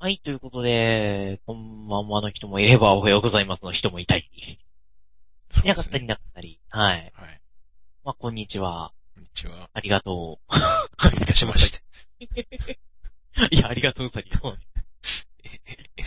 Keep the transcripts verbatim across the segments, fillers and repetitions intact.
はい、ということで、こんばんはの人もいれば、おはようございますの人もいたり。 そういなかったりですね。 いなかったり。はい。 はい。 まあ、こんにちは。 こんにちは。 ありがとう。 どういたしまして。 いや、ありがとうさりそう。 ええ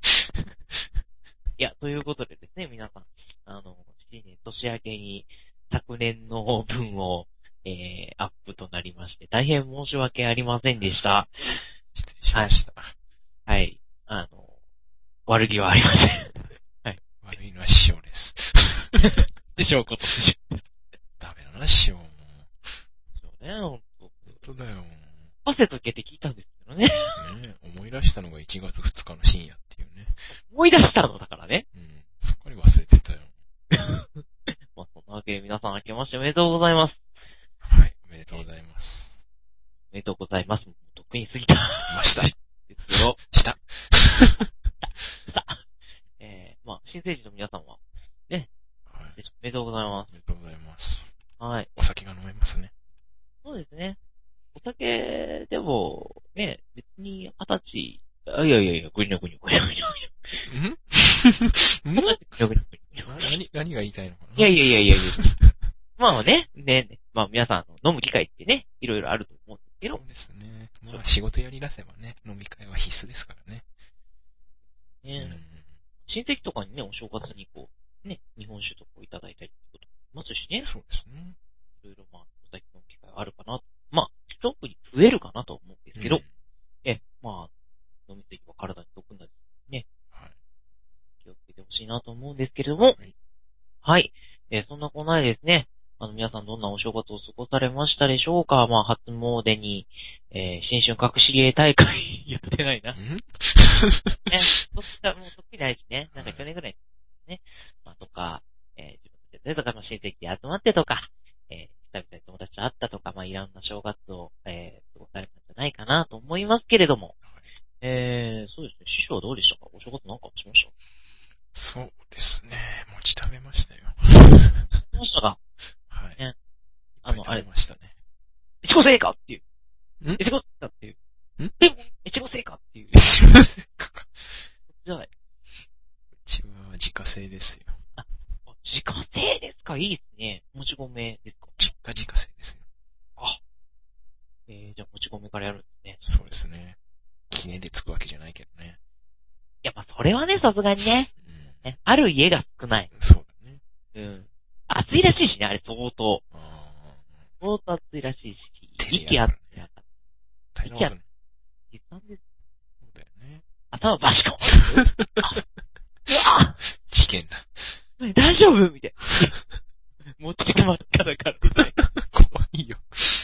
いや、ということでですね、皆さん、あの、新年年明けに昨年の分を、えー、アップとなりまして、大変申し訳ありませんでした。 失礼しはい。 ました。 はい。あの、悪気はありません。はい。 悪いのは師匠です。 でしょうことでしょう。 ダメだな、師匠も。 そうね、ほんと。 本当だよ。 汗とけて聞いたんですけどね。 ねえ、思い出したのがいちがつふつかの深夜っていうね。 思い出したのだからね。 うん。すっかり忘れてたよ。 まあ、そんなわけで皆さん明けましておめでとうございます。 はい。おめでとうございます。 おめでとうございます。とっくに過ぎた。 ました。 ですよ。 した。 さあ、えー、まあ、新成人の皆さんは、ね、 はい。 おめでとうございまおめでとうございます。 す。はい。 お酒が飲めますね。 そうですね。お酒、でも、ね、別に二十歳、あいやいやいや、ぐにょぐにょぐにょぐにょぐにょ。 んんぐにょぐにょぐにょ。 何、何が言いたいのかな。 いやいやいやいやいや。まあね、ね、まあ皆さん飲む機会ってね、いろいろあると思うんですけど。 そうですね。まあ仕事やり出せばね、飲み会は必須ですからね。 ね、 うん。 親戚とかにね、お正月にこう、ね、日本酒とかをいただいたりってこともありますしね。 そうですね。 いろいろまあ、お酒飲む機会あるかな。まあ、特に増えるかなと思うんですけど、 うん、 え、まあ、飲みすぎは体に毒なりね、 はい。 気をつけてほしいなと思うんですけれども、 はい。 はい。えーそんなこないですね。あの、皆さんどんなお正月を過ごされましたでしょうか。まあ、初詣に、えー新春隠し芸大会やってないな。 んね、そっちはもうそっちないしね。なんか去年ぐらいね。まあ、とか、えー自分たちでとかの親戚で集まってとか、えー久々に友達と会ったとか、まあ、いろんな正月を、えー過ごされたんじゃないかなと思いますけれども。えー、そうですね。師匠はどうでしたか？お正月なんかしました？ そうですね。餅食べましたよ。 しましたか？ はい。 ね。 いっあの、 ぱい食あれ、 べましたね。 いちご製菓っていう。 んいちご製菓っていう。 んでも、いちご製菓っていう。 うじゃない。 ちは自家製ですよ。 あ、自家製ですか？いいですね。もち米ですか？ 実家自家製ですよ。 あ、えー、じゃあもち米からやるんですね。 そうですね。記念でつくわけじゃないけどね。 やっぱそれはね、さすがにね。 うん。 ね、ある家が少ない。 そうだね。 うん。暑いらしいしね、あれ相当。 あ相当暑いらしいし。 手で息あってやるからね。 なかっ大変なことね。 た。実感です。 そうだよね。 頭バシコーンうわ事件だ。 ぁ大丈夫みたいな。持ってきまっただから、みたいな。 怖いよ。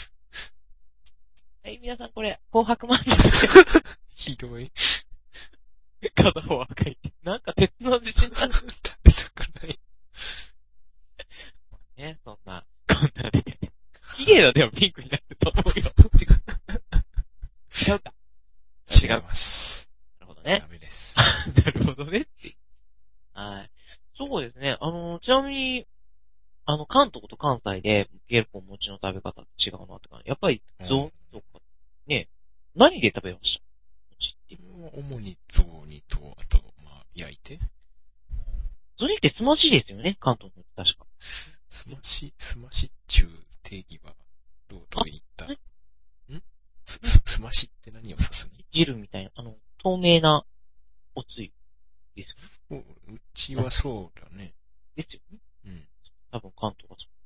はい、皆さんこれ、紅白マンです。 ひどい。 片方赤い。なんか鉄の味しな食べたくない。 ね、そんな、こんなで。綺麗なでもピンクになると思うよ。違うか。 違います。 なるほどねダ。メです。 なるほどね。はい。そうですね。あの、ちなみに、あの、関東と関西で結構餅の食べ方って違うなって感じ。やっぱり、雑とか、ね、何で食べました餅って。 主に雑煮と、あと、まあ、焼いて。 それってすましいですよね、関東の確か。 すまし、すましっちゅう定義は、どうと言ったんす、す、すましって何を指すに汁みたいな、あの、透明なおつゆですよね。 ううちはそうだね。 ですよね。 うん。 多分関東がそう。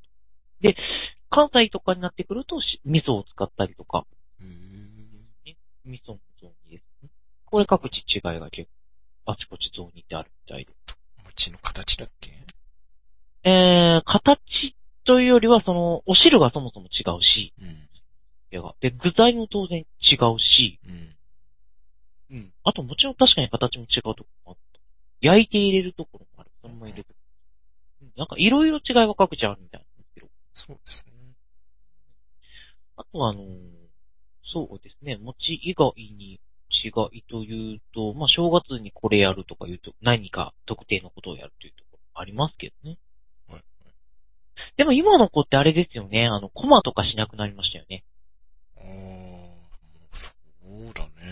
で、関西とかになってくるとし、味噌を使ったりとか、 うーん。 ね、味噌の雑煮ですね。これ各地違いが結構、あちこち雑煮ってあるみたいで。 餅の形だっけえー、形というよりは、その、お汁がそもそも違うし、 うん。 で、具材も当然違うし、 うん。 うん。あともちろん確かに形も違うところもあった。焼いて入れるところもある。そのまま入れて。うんなんかいろいろ違いは各地あるみたいなんですけど。 そうですね。 あとはあのーそうですね、餅以外に違いというと、まあ正月にこれやるとか言うと、何か特定のことをやるというところありますけどね。 はい。 でも今の子ってあれですよね、あの、コマとかしなくなりましたよね。 ああ、そうだね。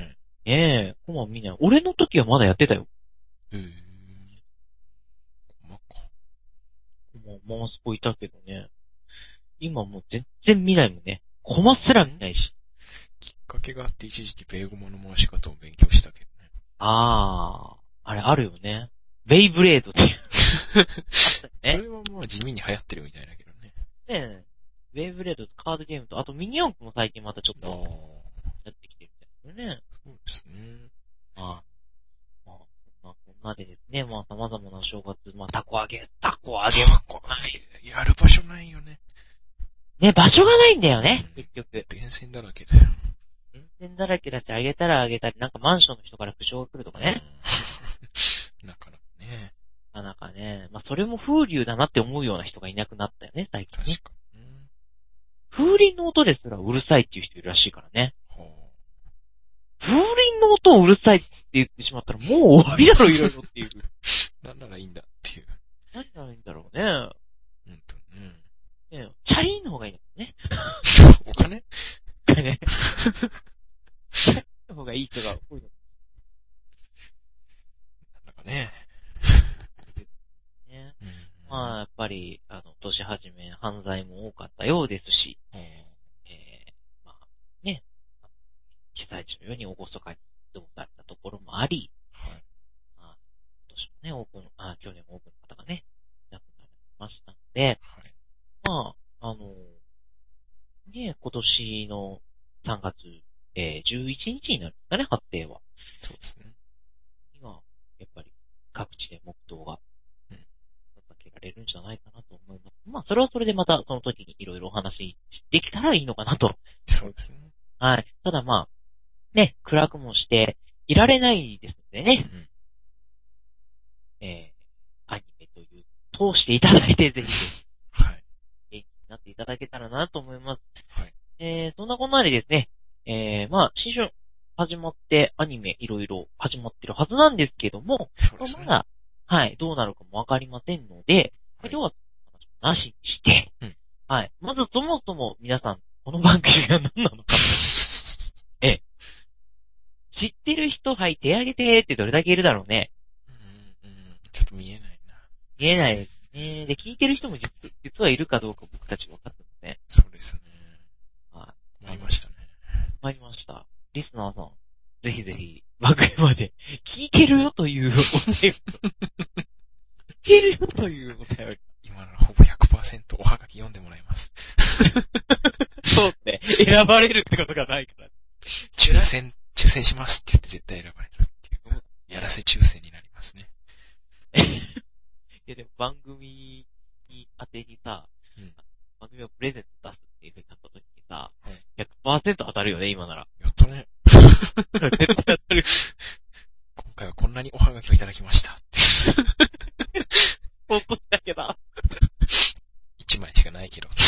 ええ、コマ見ない。俺の時はまだやってたよ。 へぇー。コマか。 コマ、マウスポいたけどね。今もう全然見ないもんね。コマすら見ないし。 きっかけがあって一時期ベーゴマの回し方を勉強したけどね。 あー、あれあるよね。ベイブレードっていう。あったよね。 それはまあ地味に流行ってるみたいだけどね。 ねえ。ベイブレードとカードゲームと、あとミニ四駆も最近またちょっあとあ。 やってきてるみたいですよね。 そうですね。 ああ。まあ、そんな、こんなでですね、まあ様々な正月、まあタコ揚げ、タコ揚げもタコ揚げ、やる場所ないよね。 ね、場所がないんだよね、結局。 電線だらけだよ。 電線だらけだし、あげたらあげたり、なんかマンションの人から苦情が来るとかね。 なかなかね。 なかなかね、まあそれも風流だなって思うような人がいなくなったよね、最近ね。 確かにね。 風鈴の音ですらうるさいっていう人いるらしいからね。 は風鈴の音をうるさいって言ってしまったらもう終わりだろ、いろいろっていう。 あ。なんならいいんだっていう。 何がいいんだろうね。 うんとね。 ねチャリーンの方がいいのね。 お金ね。チャリーンの方がいい人が多いの。 なんかね。 ね。 うん、 まあ、やっぱり、あの、年始め、犯罪も多かったようですし、 うん、 えー、まあ、ね、被災地のように厳かに過ごされたところもあり、 はい。 まあ、今年もね、多くの、あ、去年も多くの方がね、亡くなりましたので、 はい。 まあ、あの、ね、今年のさんがつ、えー、じゅういちにちになるんですかね、発生は。 そうですね。 今、やっぱり各地で黙祷が、 うん、 捧げられるんじゃないかなと思います。まあ、それはそれでまたその時にいろいろお話できたらいいのかなと。 そうですね。 はい。ただまあ、ね、暗くもしていられないですのでね、 うん、 えー、アニメという、通していただいて、ぜひ、 はい。 元気になっていただけたらなと思います。 はい。 えー、そんなこんなでですね、えー、まあ、新春始まってアニメいろいろ始まってるはずなんですけども、 そうですね。 まだ、はい、どうなるかもわかりませんので、 はい、 今日は話なしにして、 うん、 はい、まずそもそも皆さん、この番組が何なのか、ええ、知ってる人、はい、手挙げてってどれだけいるだろうね。 うん、うん、ちょっと見えないな。 見えないですね。で、聞いてる人も実実はいるかどうか僕たち分かってますね。 そうですね。 はい。 困りましたね。 困りました。リスナーさん、ぜひぜひ、番組まで、聞いてるよというお便り。聞いてるよというお便り。 今ならほぼ ひゃくパーセント おはがき読んでもらいます。 そうですね。選ばれるってことがないから。 抽選、抽選しますって言って絶対選ばれるっていう。やらせ抽選になりますね。 いやでも番組に当てにさ、うん、番組をプレゼント出すっていう風になった時にさ、はい、ひゃくパーセント 当たるよね、今なら。 やったね。 絶対当たる。 今回はこんなにおはがきをいただきましたって。 本当だけど。 いちまいしかないけど。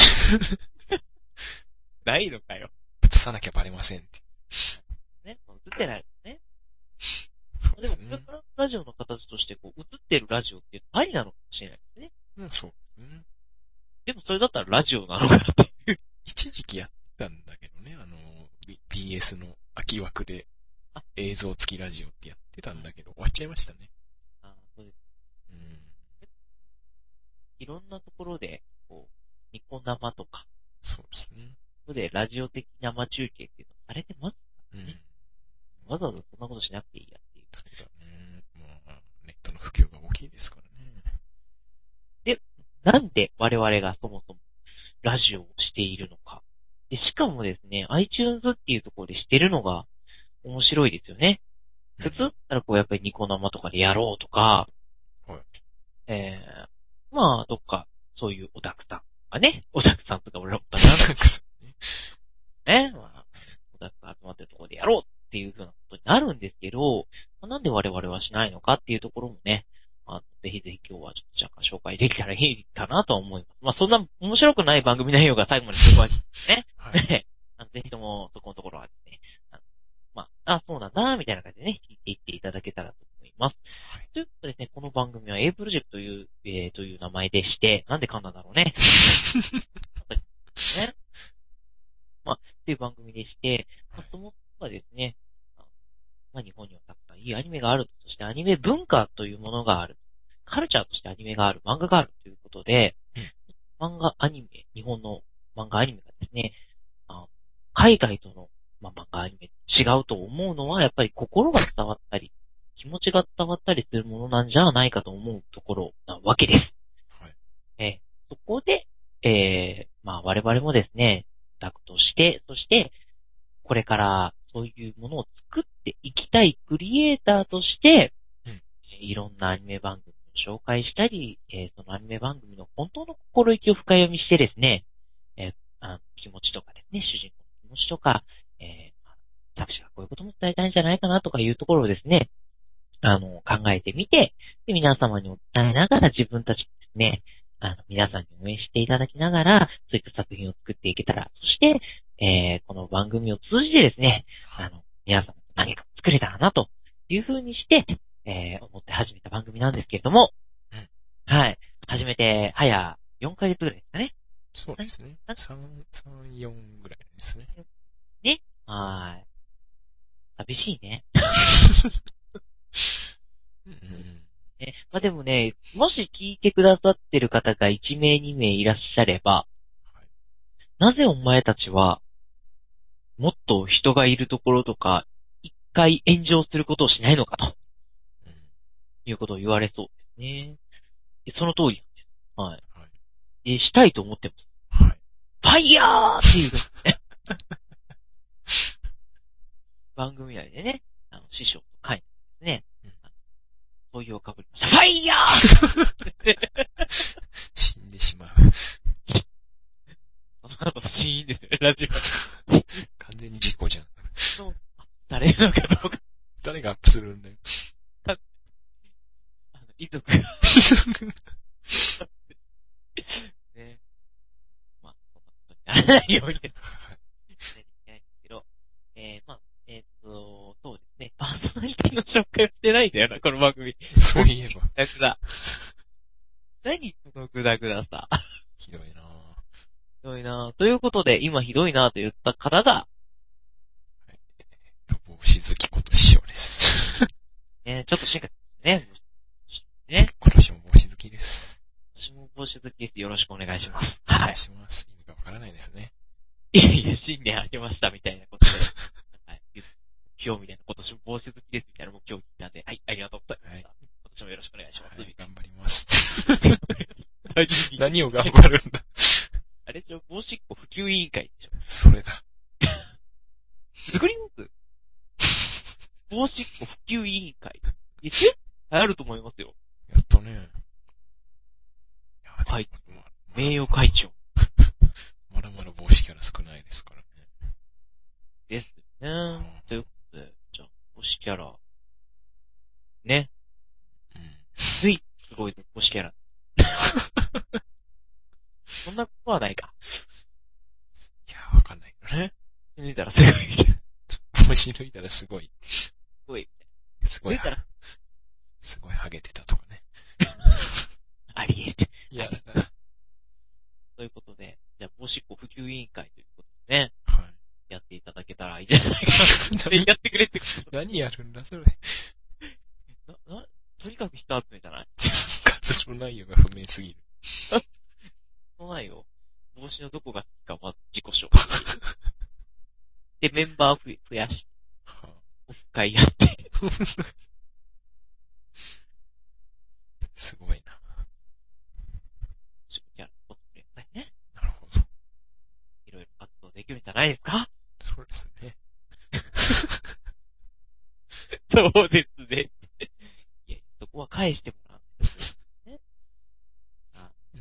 ないのかよ。 映さなきゃバレませんって。 ね、映ってないですね。 そうですね。 でも、これからラジオの形として、こう、映ってるラジオっていうのありなのかもしれないですね。 うん、そうですね。 でもそれだったらラジオなのかっていう。 一時期やったんだけどね、あの、B、ビーエス の秋枠で映像付きラジオってやってたんだけど、終わっちゃいましたね。 ああ、そうです。 うん。 いろんなところで、こう、ニコ生とか。 そうですね。 それでラジオ的生中継っていうのされてますからね。うん。わざわざそんなことしなくていいやっていう。 そうだね。まあ、ネットの普及が大きいですからね。 で、なんで我々がそもそもラジオをしているのか。で、しかもですね、iTunes っていうところでしてるのが面白いですよね。普通だったらこうやっぱりニコ生とかでやろうとか、 はい。 えー、まあ、どっか、そういうオタクさんがね、オタクさんとか俺らオタクさんね、まあ、オタクが集まってるところでやろうっていう風なことになるんですけど、まあ、なんで我々はしないのかっていうところもね、あのぜひぜひ今日はちょっと若干紹介できたらいいかなと思います。まあ、そんな面白くない番組内容が最後まで紹介してね。はい。ぜひともそこのところはですね、あのまあ、あ、そうなんだ、みたいな感じでね、聞いていっていただけたらと思います。はい、ということでですね、この番組は A プロジェクトという、えー、という名前でして、なんで噛んだんだろうね。ね。まあ、っていう番組でして、まあ、そもそもはですね、まアニメがある。そしてアニメ文化というものがある。カルチャーとしてアニメがある。漫画があるということで、漫画、アニメ、日本の漫画、アニメがですね、あ海外との、まあ、漫画、アニメ違うと思うのは、やっぱり心が伝わったり、気持ちが伝わったりするものなんじゃないかと思うところなわけです。はい。えー、そこで、えー、まあ我々もですね、オタクとして、そして、これからそういうものを作っていきたいクリエイターとして、うん、いろんなアニメ番組を紹介したり、えー、そのアニメ番組の本当の心意気を深読みしてですね、えー、あの気持ちとかですね、主人公の気持ちとか、えー、作者がこういうことも伝えたいんじゃないかなとかいうところをですね、あの、考えてみて、で、皆様にお伝えながら自分たちですね、あの、皆さんに応援していただきながら、そういった作品を作っていけたら、そして、えー、この番組を通じてですね、あの、皆様と何か作れたらな、というふうにして、えー、思って始めた番組なんですけれども、うん、はい。始めて、早よんかげつぐらいですかね。 そうですね。さん、さん、よんぐらいですね。 ね。はい。寂しいね。 うん、 ね、まあ、でもね、もし聞いてくださってる方がいちめいにめいいらっしゃれば、はい、なぜお前たちは、もっと人がいるところとか、一回炎上することをしないのかと、うん、いうことを言われそうですね。その通りなんです。はい。はい、でしたいと思ってます。はい。ファイヤーっていうね。番組内でね、あの、師匠と会ですね。そういうをかぶりました。ファイヤー死んでしまう。 その後死因ですよね、ラジオ。 完全に事故じゃん。 誰のかどうか。 誰がアップするんだよ。 あの、遺族が。ね。まあ、そんなことにならないようにです。ね、いけないんですけど、えー、まあ、えっと、そうですね。パーソナリティの紹介をしてないんだよな、この番組。 そういえば。 グダグダ。何このグダグダさ。 ひどいなぁ。ひどいなぁ。ということで、今ひどいなぁと言った方が、はい。 えっと、帽子好きこと師匠です。 ね、ちょっと進化ですね。ね。 今年も帽子好きです。 私も帽子好きです。よろしくお願いします。 お願いします。はい、意味がわからないですね。 いやいや、新年明けましたみたいなことで。はい。今日みたいな、今年も帽子好きですみたいな目標を聞いたんで、はい、ありがとうございました。はい、今年もよろしくお願いします。 はい、頑張ります。 何を頑張るんだ。 あれでしょ、帽子っ子普及委員会でしょ。 それだ。 作ります帽子っ子普及委員会。いや、結構あると思いますよ。 やっとね。 はい。名誉会長。 まだまだ帽子キャラ少ないですからね。 ですね。ということで、じゃあ、帽子キャラ。ね。うん。つい、すごい帽子キャラ。そんなことはないか。 いや、わかんないけどね。 抜いたらすごい。 帽子抜いたらすごい。 すごい。 すごい。すごいハゲてたとかね。 あり得る。 いや、だから。 ということで、じゃあ、帽子っ子普及委員会ということでね。 はい。 やっていただけたらいいんじゃないかな。やってくれってこと。 何やるんだ、それ。 な、な、とにかく人集めじゃない活動内容が不明すぎる。 そうないよ。帽子のどこが好きかまず自己紹介。で、メンバー増やして、はあ、オフ会やって。 すごいな。 キャラコスプレやったりね。 なるほど。 いろいろ活動できるんじゃないですか？ そうですね。 そうですね。いや、そこは返してもらうんですね。あ、うん。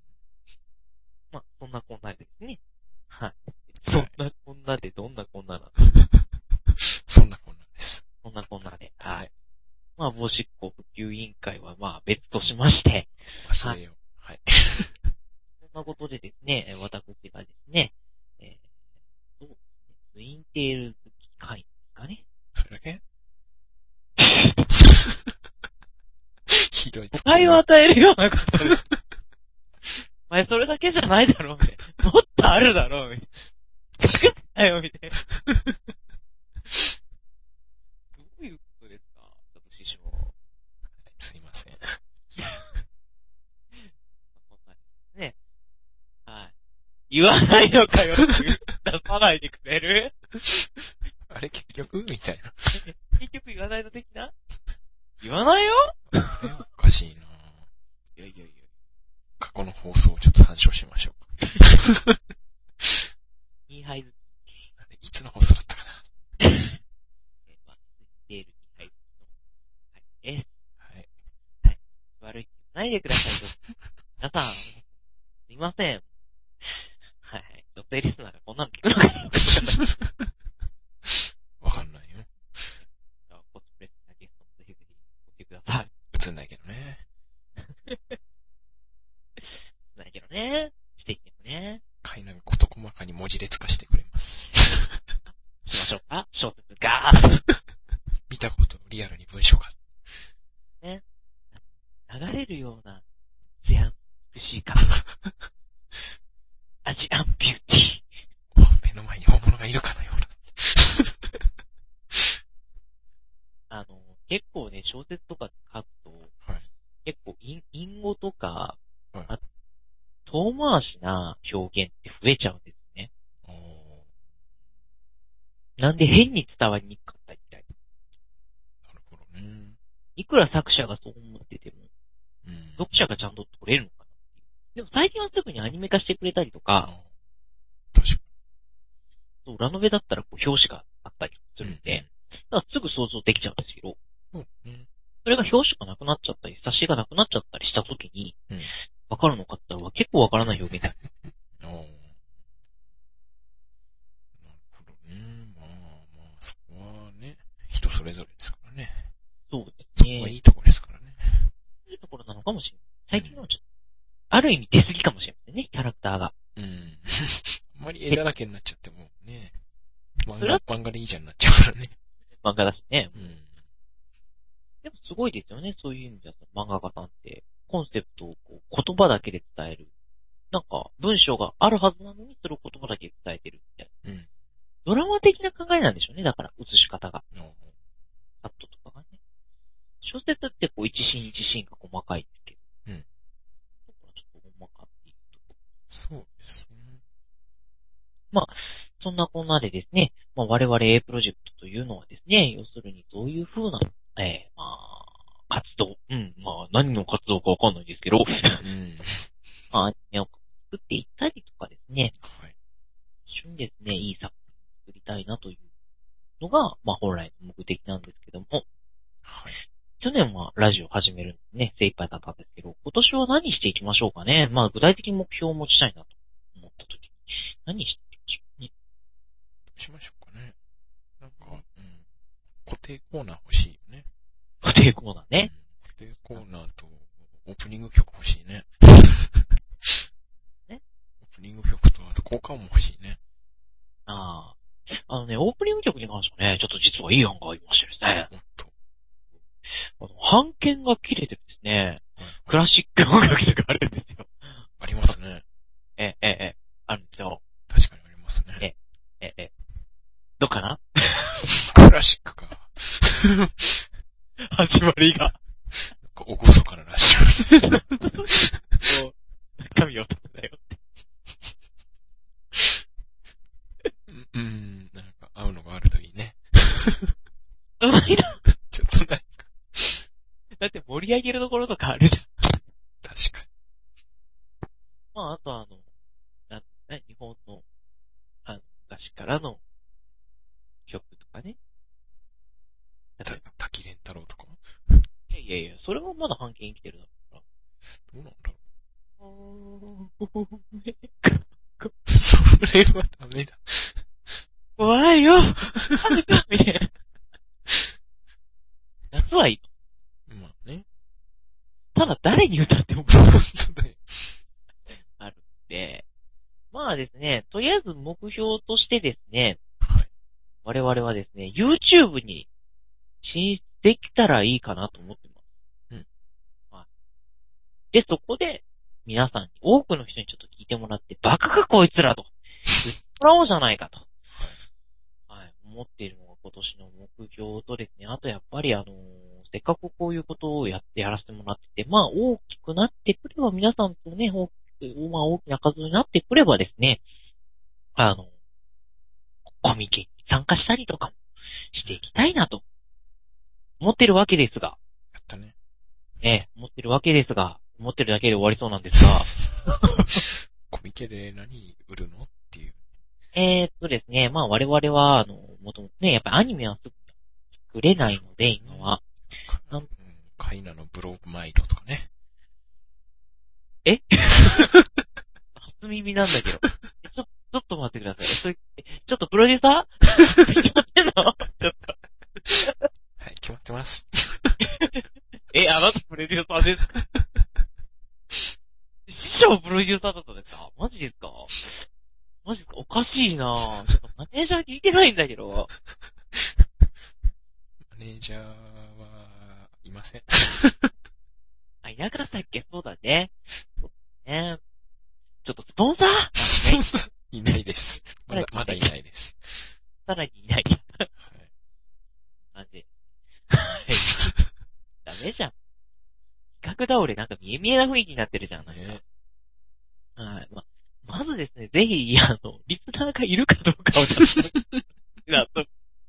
まあ、そんなこんなでですね。はい。そんなこんなでどんなこんななんですそんなこんなです。 そんなこんなで。はい。まあ、帽子っ子普及委員会はまあ別としまして。 忘れよう。はい。 そんなことでですね、私がですね、えー、そうですね、ツインテール好き会ですかね。 それだけひどい。 誤解を与えるようなことです。お前それだけじゃないだろうみたいな。もっとあるだろうみたいな。作ったよみたいな。どういうことですか？ 督師匠。 すいません。 そんなですね。はい。言わないのかよって出さないでくれるあれ結局みたいな。 結局言わないの的な言わないよえ、おかしいな。 いやいやいや。 過去の放送をちょっと参照しましょうか。 にはいずつ。 いつの放送だったかな。 え、まあ、デールにはいずつの、はい、え、 はい。 はい。悪い気言わないでくださいと。皆さん、すいません。はい。女性リスナーがこんなの聞くのかよ。 わかんないよ。 じゃあ、コスプレなゲストもぜひぜひご来てください。 映んないけどね。 ないけどね。していってもね。 会話が事細かに文字列化してくれます。 しましょうか小説ガー見たこと、リアルに文章が。 ね。流れるような、ツヤ美しい顔。アジアンビューティー。 目の前に本物がいるかのような。 あの、結構ね、小説とか書くと、 はい、 結構隠、隠語とか、 はい、 あ遠回しな表現って増えちゃうんですよね。なんで変に伝わりにくかったみたいな。なるほどね。 いくら作者がそう思ってても、 うん、 読者がちゃんと取れるのかなっていう。でも最近はすぐにアニメ化してくれたりとか、 確かに。 そう、ラノベだったらこう表紙があったりするんで、うん、だからすぐ想像できちゃうんですけど、 うんうん、 それが表紙がなくなっちゃったり、挿絵がなくなっちゃったりした時に、 うん、 わかるのかって言ったら結構わからない表現だ。 なるほどね。まあまあ、そこはね、人それぞれですからね。 そうですね。 そこはいいところですからね。 いいところなのかもしれない。最近のはちょっと、ある意味出過ぎかもしれませんね、キャラクターが。 うん。あんまり絵だらけになっちゃってもね、漫画、漫画でいいじゃんなっちゃうからね。 漫画だしね。 うん。 でもすごいですよね、そういう意味では漫画家さんって、コンセプトをこう言葉だけで伝える。なんか、文章があるはずなのに、それを言葉だけで伝えてるみたいな。うん。ドラマ的な考えなんでしょうね、だから、映し方が。カットとかがね。小説ってこう、一シーン一シーンが細かいですけど。うん。だからちょっと細かっていうと。 そうですね。 まあ、そんなこんなでですね、まあ我々 A プロジェクトというのはですね、要するにどういう風な、えー、まあ、活動、うん、まあ何の活動かわかんないですけど、うん、まあ、アニメを作っていったりとかですね、はい、一緒にですね、いい作品を作りたいなというのが、まあ本来の目的なんですけども、はい、去年はラジオを始めるんですね、精一杯だったんですけど、今年は何していきましょうかね。まあ具体的に目標を持ちたいなと思ったときに、何してしましょうかね。なんか、うん、固定コーナー欲しいよね。 固定コーナーね。 うん、固定コーナーとオープニング曲欲しいね。 ねオープニング曲とあと効果音も欲しいね。 ああ。あのね、オープニング曲に関してはね、ちょっと実はいい案がありましてですね。 おっと。 あの、版権が切れてですね、はいはい、クラシック音楽とかあるんですよ。 ありますね。 え、え、え、あるんですよ。 確かにありますね。 え、え、え、どうかなクラシックか。 始まりが。 なんか、おごそかなラジオ。もう、神を立てたよって。 うん、なんか、合うのがあるといいね。 ないな。 ちょっとないか。 だって盛り上げるところとかあるじゃん。 確かに。 まあ、あとあの、なんね、日本の、あの、昔からの、曲とかね。 た、滝蓮太郎とかいやいやいや、それはまだ半径生きてるだろうから。 どうなんだろう。それはダメだ。 怖いよみたいな。夏はいい。 まあね。 ただ誰に歌っても本当だよ。 あるんで。まあですね、とりあえず目標としてですね、 はい、 我々はですね、YouTube に進出できたらいいかなと思ってます。うん。はい。で、そこで、皆さんに、多くの人にちょっと聞いてもらって、バカかこいつらと、言ってもらおうじゃないかと。はい。はい。思っているのが今年の目標とですね、あとやっぱりあのー、 せっかくこういうことをやってやらせてもらってて、まあ大きくなってくれば、皆さんとね、大きく、まあ大きな活動になってくればですね、あの、コミケに参加したりとかもしていきたいなと思ってるわけですが、 やったね。 ええ、思ってるわけですが、思ってるだけで終わりそうなんですが、 コミケで何売るのっていう。 えーっとですね、まあ我々は、あの、もともとね、やっぱりアニメはすぐ作れないので、今は。 うん、カイナのブログマイドとかね。 え初耳なんだけど。えちょ、ちょっと待ってください。それ、えちょっとプロデューサー決まってんのちょっと。 はい、決まってます。 え、あなたプロデューサーですか師匠プロデューサーだったんですかマジですかマジですかおかしいなぁ。ちょっとマネージャー聞いてないんだけど。 マネージャーはいません。 あ、いなかったっけそうだね。そうだね。ちょっとスポンサースポンサーいないです。まだ、まだいないです。 さらにいない。 はい。 感じ。はい。ダメじゃん。企画倒れなんか見え見えな雰囲気になってるじゃん。なんかね、 はい。ま、まずですね、ぜひ、あの、リスナーがいるかどうかをちょっと、納得。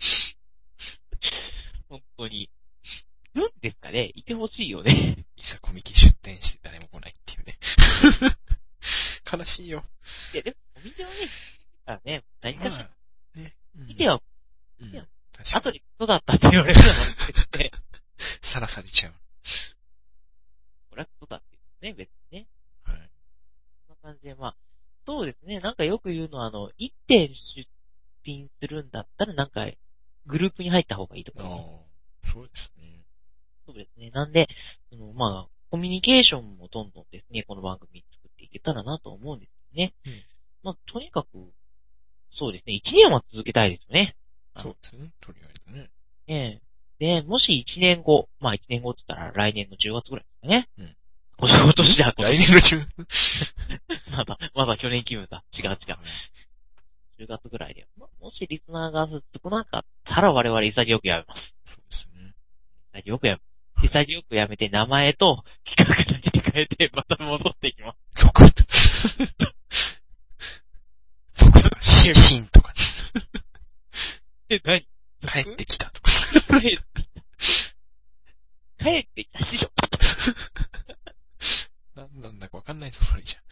本当に。いるんですかねいてほしいよね。 いざコミケ出店して誰も来ないっていうね。悲しいよ。 いや、でも、お店はね、あね、何かしら、 まあ、ね。 見ては、 うん、 見ては、 確か後でクソだったって言われるのもって、 さらされちゃう。 これはクソだって言うね、別にね。 はい。 そんな感じで、まあ、そうですね、なんかよく言うのは、あの、一点出品するんだったら、なんか、グループに入った方がいいとか、 ああ、そうですね。 そうですね。なんで、その、まあ、コミュニケーションもどんどんですね、この番組作っていけたらなと思うんですよね。 うん。 まあ、とにかく、そうですね、一年は続けたいですよね。 そうですね。とりあえずね。 ええ。で、もし一年後、まあ一年後って言ったら来年のじゅうがつぐらいですかね。 うん。 今年だ、今来年。 年の中まだ、まだ去年気分だ。違う違う。 はいじゅうがつぐらいで。まあ、もしリスナーが少なかったら我々潔くやめます。 そうですね。 潔くやめます。潔くやめて名前と企画だけ変えてまた戻っていきます。 そこ。そことか、シーンとか、 え、何帰ってきたとか。 帰ってきた。帰ってきたしろ。 何なんだかわかんないぞ、それじ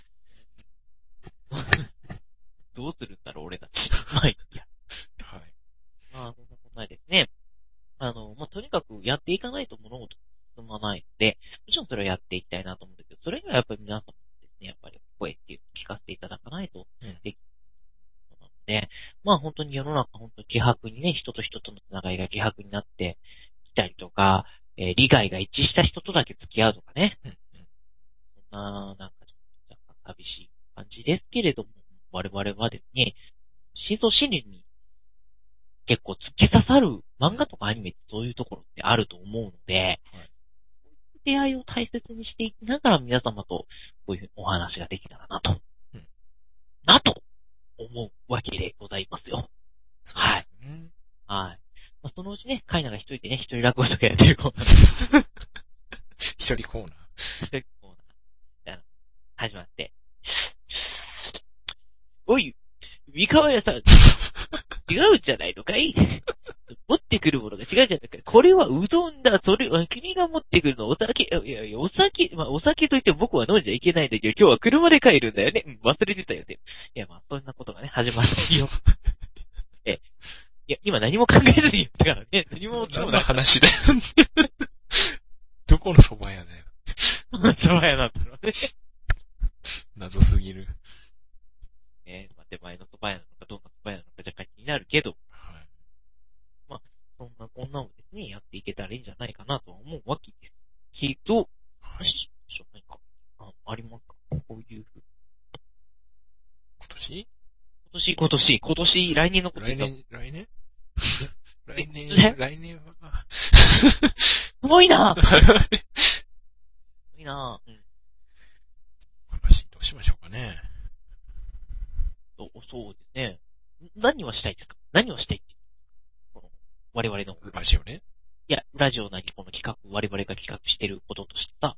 ゃ。 どうするんだろう、俺たち。まあ、いいや。 はい。 まあ、そんなこんなですね。あの、まあ、とにかくやっていかないと物事進まないので、もちろんそれはやっていきたいなと思うんですけど、それにはやっぱり皆さんもですね、やっぱり声っていうのを聞かせていただかないとできないので、まあ本当に世の中本当に希薄にね、人と人とのつながりが希薄になってきたりとか、えー利害が一致した人とだけ付き合うとかね。 うんうん、 そんな、なんかちょっと若干寂しい感じですけれども、我々はですね、深層心理に結構突き刺さる漫画とかアニメってそういうところってあると思うので、 はい、 出会いを大切にしていきながら皆様とこういうふうにお話ができたらなと、 うん、 なと思うわけでございますよ。はい。 ね、 はい。まあ、そのうちね、カイナが一人でね、一人落語とかやってるコーナー。 一人コーナー。 一人コーナー。あの、始まって。おい、三河屋さん、違うじゃないのかい持ってくるものが違うじゃないか。これはうどんだ。それは君が持ってくるのお酒、いやいや、お酒、まあお酒といっても僕は飲んじゃいけないんだけど、今日は車で帰るんだよね。うん、忘れてたよね。いや、まあそんなことがね、始まらないよ。え、いや、今何も考えずに言ったからね。何も何の話だよ。どこの蕎麦屋だよ。 蕎麦屋なんだろうね。 謎すぎる。 ね、まあ、手前の蕎麦屋なのかどうか蕎麦屋なのか若干気になるけど、 はい、 まあ、そんなこんなをですね、やっていけたらいいんじゃないかなとは思うわけですけど、 はい。 何か、あ、ありますかこういうふう。 今年今年、今年、今年、来年のこと来年、来年来年、来年は、 すごいなすごいなうん。 今年どうしましょうかね。 そう、そうですね。何をしたいですか何をしたいってこの我々の。 ラジオね。 いや、ラジオなりこの企画、我々が企画してることとしてさ、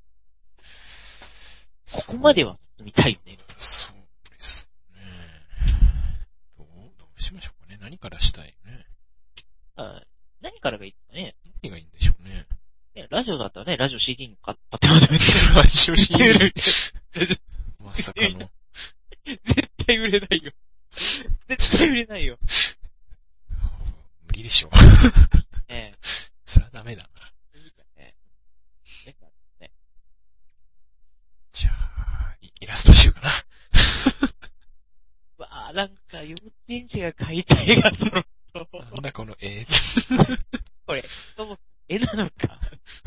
ここまでは進みたいよね。 そうですね。どう、どうしましょうかね。何からしたいね。 あ何からがいいですかね。 何がいいんでしょうね。 ねラジオだったらね、ラジオ シーディー に買ってもらって。 ラジオ シーディー まさかの。 絶対売れないよ。絶対売れないよ。 無理でしょう。 ねえ。 それはダメだな。じゃあ、イラスト集かな。 わあ、なんか幼稚園児が描いた絵がそろそろ。 なんだこの絵。 これ、そも絵なのか。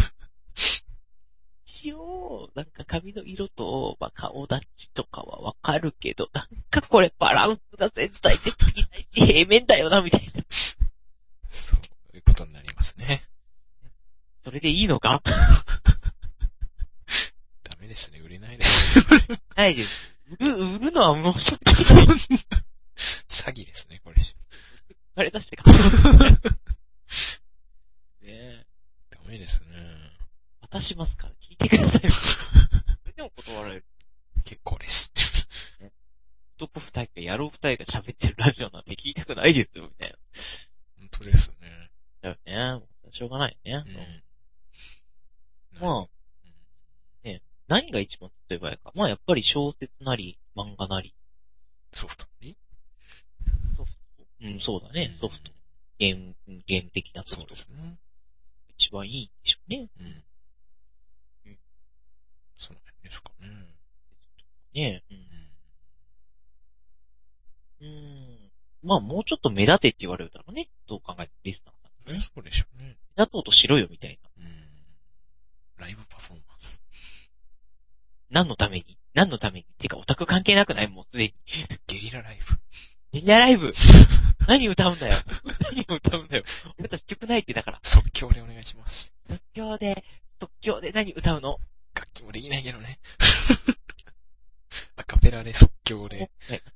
一応、なんか髪の色と、まあ、顔立ちとかはわかるけど、なんかこれバランスが全体的にないし平面だよな、みたいな。 そういうことになりますね。 それでいいのかダメですね、売れないです。 ないです。売る、売るのはもうちょっとない。 詐欺ですね、これ。 あれ出してか。ねえ。 ダメですね。 渡しますから聞いてください。それでも断られる。 結構です。 男二人か野郎二人が喋ってるラジオなんて聞いたくないですよ、みたいな。 本当ですね。 だよね。しょうがないよね。うん、まあ、ね、何が一番例えばいいか。まあやっぱり小説なり、漫画なり。 ソフトにソフトうん、そうだね。ソフト。ゲーム、ゲーム的なソフト。 そうですね。 一番いいんでしょうね。 うん。うん。その辺ですかね。 ねえ。うん。うん。まあもうちょっと目立てって言われるだろうね。どう考えてリスナーさん、 ね。そうでしょうね。 目立とうとしろよ、みたいな。 うん。ライブパフォーマンス。 何のために何のためにてかオタク関係なくないもうすでに。 ゲリラライブ。 ゲリラライブ何歌うんだよ。何を歌うんだよ。俺たち曲ないってだから。 即興でお願いします。 即興で、即興で何歌うの？ 楽器もできないけどね。アカペラで即興で。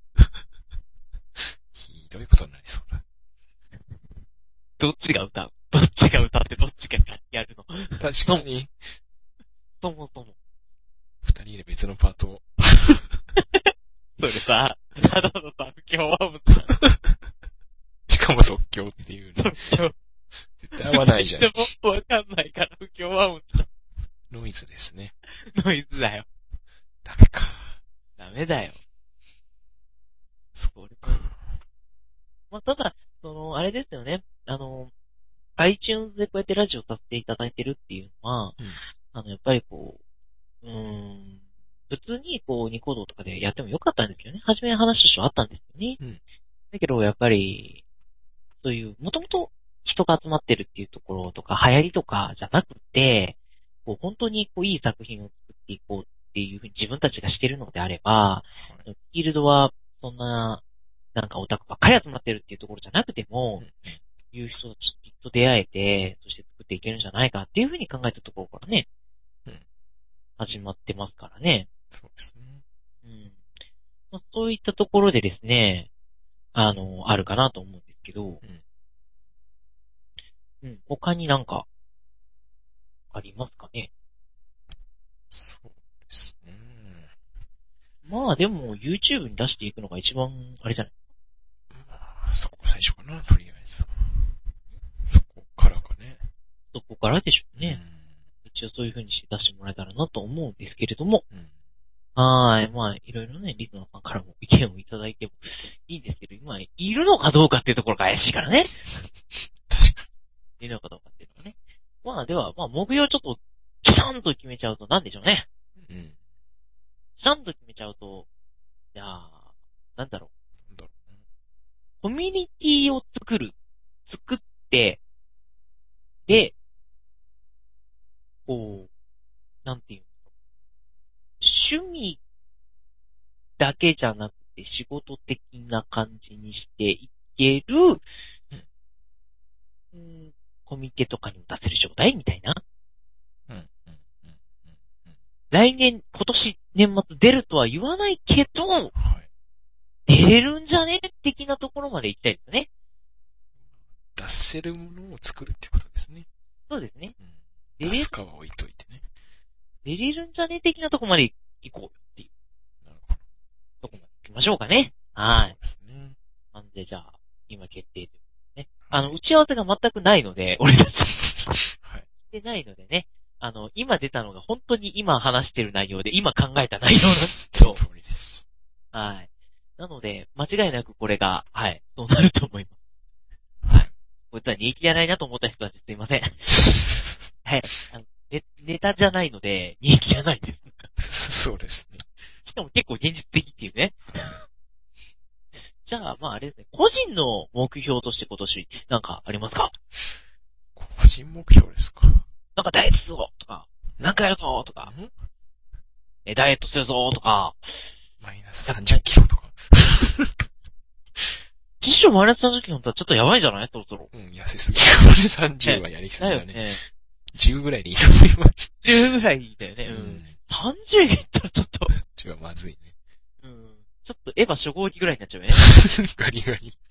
ひどいことになりそうだ。 どっちが歌うどっちが歌ってどっちが楽器やるの？ 確かに。 そもそも。 二人で別のパートを。 それさ、ただのさ、不協和音だ。 しかも即興っていうの。 即興。 絶対合わないじゃん。 でもわかんないから不協和音だ。 ノイズですね。 ノイズだよ。 ダメか。 ダメだよ。 そう。 まあ、ただ、その、あれですよね。あの、iTunes でこうやってラジオさせていただいてるっていうのは、うん、あの、やっぱりこう、うーん、普通にこう、ニコ動とかでやってもよかったんですけどね。初めの話としてはあったんですよね。うん、だけど、やっぱり、そういう、もともと人が集まってるっていうところとか、流行りとかじゃなくて、こう、本当にこう、いい作品を作っていこうっていうふうに自分たちがしてるのであれば、はい、フィールドは、そんな、なんかオタクばっかり集まってるっていうところじゃなくても、うん、いう人たちときっと出会えて、そして作っていけるんじゃないかっていうふうに考えたところからね、うん、始まってますからね。 そうですね。 うん。まあ、そういったところでですね、あの、あるかなと思うんですけど、うん。うん。他になんか、ありますかね？ そうですね。 まあでも、YouTube に出していくのが一番、あれじゃない？ まあ、そこ最初かな、とりあえず。そこからかね。 そこからでしょうね。うん、一応そういう風にして出してもらえたらなと思うんですけれども、うん、はーい。まあ、いろいろね、リスナーさんからも意見をいただいてもいいんですけど、今、いるのかどうかっていうところが怪しいからね。 確かに。いるのかどうかっていうのはね。まあ、では、まあ、目標ちょっと、ちゃんと決めちゃうとなんでしょうね。うん。ちゃんと決めちゃうと、じゃあ、なんだろう。なんだろうね。コミュニティを作る。作って、で、こう、なんていうの、趣味だけじゃなくて仕事的な感じにしていける、うん、コミケとかにも出せる状態みたいな。うんうんうんうんうん、来年、今年、年末出るとは言わないけど、はい、出れるんじゃね的なところまで行きたいですね。 出せるものを作るってことですね。 そうですね。 うん。 出れ出すかは置いといてね。 出れるんじゃね的なとこまで行こうよっていうなるほど。 とこまで行きましょうかね。はい。 そうですね。 なんで、じゃあ、今決定ということでね。あの、打ち合わせが全くないので、俺たち。 はい。 してないのでね。あの、今出たのが本当に今話してる内容で、今考えた内容なんですけど。 その通りです。 はい。なので、間違いなくこれが、はい、そうなると思います。 はい。 こいつは人気じゃないなと思った人たちすいません。はい。あのネ、ネタじゃないので、人気じゃないです。 そうですね。 しかも結構現実的っていうね。じゃあ、まああれですね。個人の目標として今年、なんかありますか？ 個人目標ですか？ なんかダイエットするぞとか、なんかやるぞとか、 んえ、ダイエットするぞとか、 マイナスさんじゅっキロとか。 ティッシュマイナスさんじゅっキロだったらちょっとやばいんじゃないそろそろ。 うん、痩せすぎ。これさんじゅうはやりすぎだね。 だよね。 じゅうぐらいでいいと思います。 じゅうぐらいだよね。うん。 うん。 さんじゅういったらちょっと。 じゅうはまずいね。 うん。ちょっとエヴァ初号機ぐらいになっちゃうよね。 ガリガリ。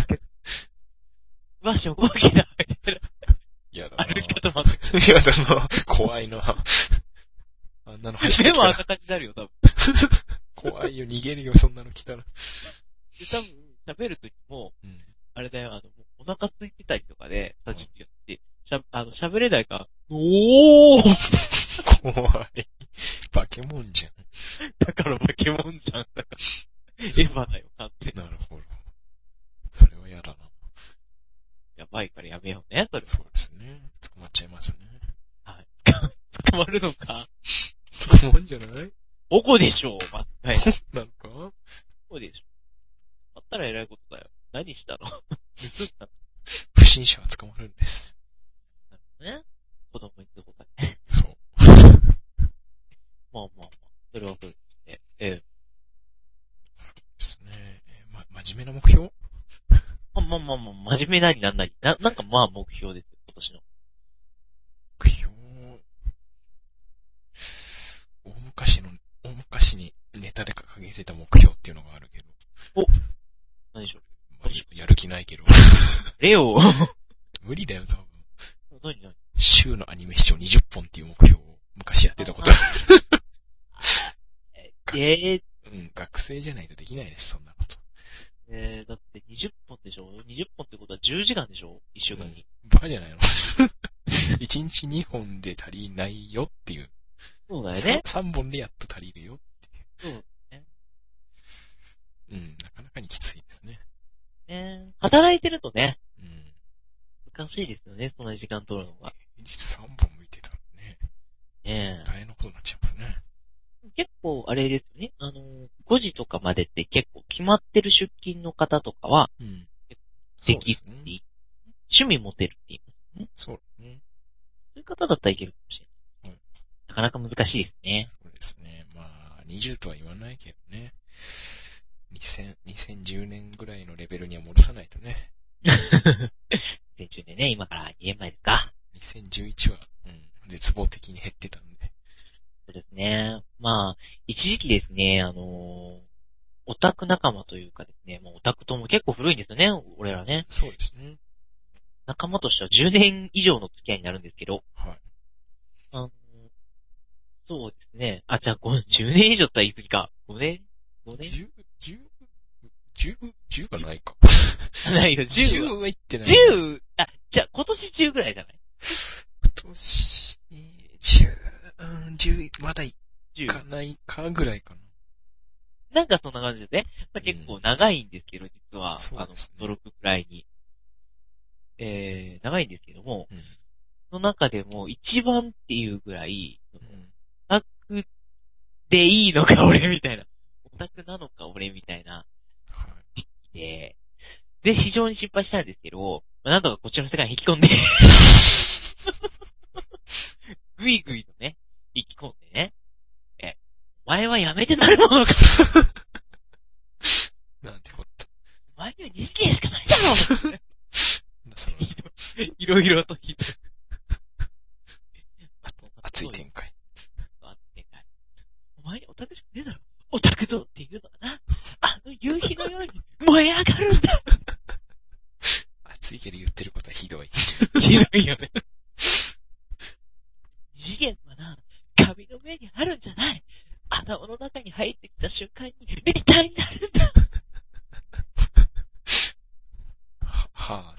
うわ、初号機だ。 やだな。 歩き方まずい。 やだな。怖いな。あんなの走ってきたら。 でもあんな感じになるよ、多分。 怖いよ、逃げるよ、そんなの来たら。 で、多分、喋るときも、 うん。 あれだよ、あの、お腹空いてたりとかで、さっき言って、しゃ、あの、喋れないから、おー怖い。化け物じゃん。 だから化け物じゃん。だからエヴァだよ、完全に。 なるほど。それは嫌だな。 やばいからやめようね、それ。 そうですね。捕まっちゃいますね。 はい。捕まるのか捕まんじゃない？ おこでしょう、まったい。 なんかおこでしょ。あったら偉いことだよ。何したの盗んだの不審者は捕まるんです。 なるほどね。子供に通報されて。 そう。 まあまあまあ、それはそうですね。ええ。 そうですね。ま、真面目な目標？ まあまあまあまあ、真面目なになんなり。な、なんかまあ目標ですよ、今年の。 目標、大昔の、大昔にネタで掲げてた目標っていうのがあるけど。 お何でしょう。 まあ、やる気ないけど。 レオ無理だよ、多分。 何何週のアニメ視聴にじゅっぽんっていう目標を昔やってたことある。 えー、 うん、学生じゃないとできないです、そんなこと。 えー、だってにじゅっぽんでしょ ?にじゅっ 本ってことはじゅうじかんでしょ ?いっ 週間に。 うん、バカじゃないのいちにちにほんで足りないよっていう。 そうだよね。 さんぼんでやっと足りるよっていう。 そうね。 うん、なかなかにきついですね。 ね働いてるとね、 うん。 難しいですよね、そんな時間取るのが。 平日さんぼん向いてたらね。 ね大変なことになっちゃいますね。 結構、あれですよね。あの、ごじとかまでって結構決まってる出勤の方とかは、 うん。 できるって、 ね、 趣味持てるって言いますね。 そうだね。 そういう方だったらいけるかもしれない。うん、なかなか難しいですね。 そうですね。まあ、にじゅうとは言わないけどね。にせん、にせんじゅうねんぐらいのレベルには戻さないとね。 にせんじゅうねんね、今からにねんまえですか。 にせんじゅういちは、うん、絶望的に減ってたんで。 そうですね。まあ、一時期ですね、あのー、オタク仲間というかですね、もうオタクとも結構古いんですよね、俺らね。 そうですね。 仲間としてはじゅうねん以上の付き合いになるんですけど。 はい。 あのー、そうですね。あ、じゃあじゅうねん以上って言い過ぎか。ごねん ?ご 年じゅう、じゅう、じゅう、じゅうがないか。 ないよ、 じゅうは言ってない。 じゅう、あ、じゃあ今年じゅうぐらいじゃない今年、じゅう、うん、じゅう、まだいかないかぐらいかな。 なんかそんな感じですね。まあ、結構長いんですけど、実は、 うん、 あの、驚くくらいに。えー、長いんですけども、 うん、 その中でも一番っていうぐらい、 うん、 オタクでいいのか俺みたいな、オタクなのか俺みたいな、時期で、で、非常に心配したんですけど、なんとかこっちの世界に引き込んで、ぐいぐいとね、引き込んでね、え、お前はやめてなるものか。 なんてこった。 お前にはにじけんしかないだろういろいろとひどい。 熱い展開。 熱い展開。お前にオタクしかねえだろ。オタク像っていうのはな、あの夕日のように燃え上がるんだ。 熱いけど言ってることはひどい。 ひどいよね。 紙の上にあるんじゃない。頭の中に入ってきた瞬間にメタになるんだ。 は、はぁ。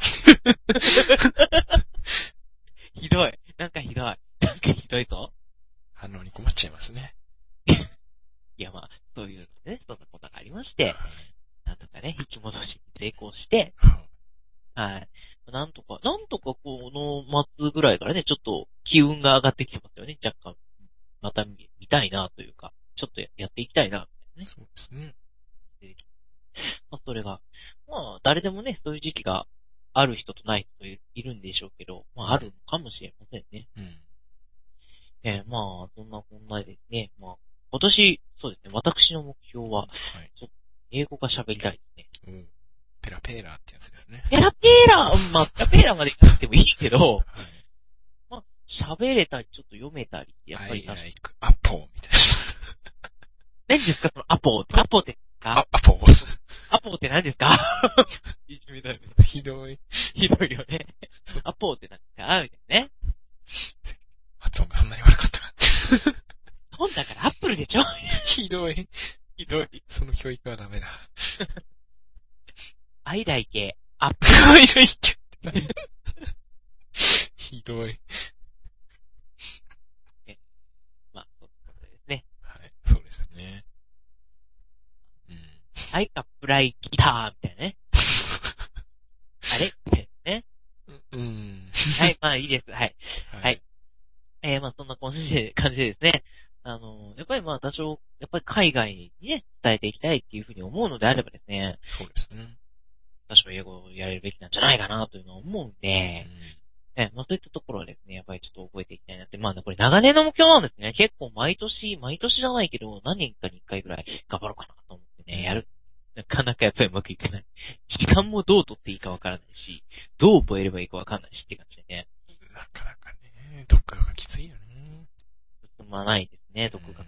ひどい。なんかひどい。なんかひどいぞ。 反応に困っちゃいますね。 いや、まあ、そういうね、そんなことがありまして、 はい、 なんとかね、引き戻しに成功して、はい。なんとか、なんとかこの末ぐらいからね、ちょっと機運が上がってきてますよね、若干。また見たいなというか、ちょっとやっていきたいな、ね。 そうですね。 まあ、それが、まあ、誰でもね、そういう時期がある人とない人いるんでしょうけど、まあ、あるのかもしれませんね。 うん。 えー、まあ、そんなこんなでですね、まあ、今年、そうですね、私の目標は、はい、ちょっと英語が喋りたいですね。 うん。ペラペーラーってやつですね。 ペラペーラーまあ、ペラペーラーまで言ってもいいけど、はい、まあ、喋れたり、ちょっと読めたり、やっぱり。 I like apple みたいな。 何ですか、そのアポーって。アポーってあ、アポー。 アポーって何ですかひどい。 ひどいよね。アポーって何ですかみたいなね。 発音がそんなに悪かったか。 本だからアップルでしょひどい。 ひどい。 その教育はダメだ。 アイライケアップル。 アイライケひどい。 え、まあ、そういうことですね。 はい、そうですね。うん。 アイカップライギターみたいなね。あれってね。 うん。 はい、まあいいです。はい。 はい。 はい、えー、まあそんな感じで、感じでですね。あの、やっぱりまあ多少、やっぱり海外にね、伝えていきたいっていうふうに思うのであればですね。 そうですね。 多少英語をやれるべきなんじゃないかなというのを思うんで、うん、えまあそういったところはですね、やっぱりちょっと覚えていきたいなって、まあこれ長年の目標なんですね。結構毎年、毎年じゃないけど、何年かに一回ぐらい頑張ろうかなと思ってね、やる。なかなかやっぱりうまくいかない。時間もどう取っていいかわからないし、どう覚えればいいかわからないしって感じでね。 なかなかね、読画がきついよね。 進まないですね、読画。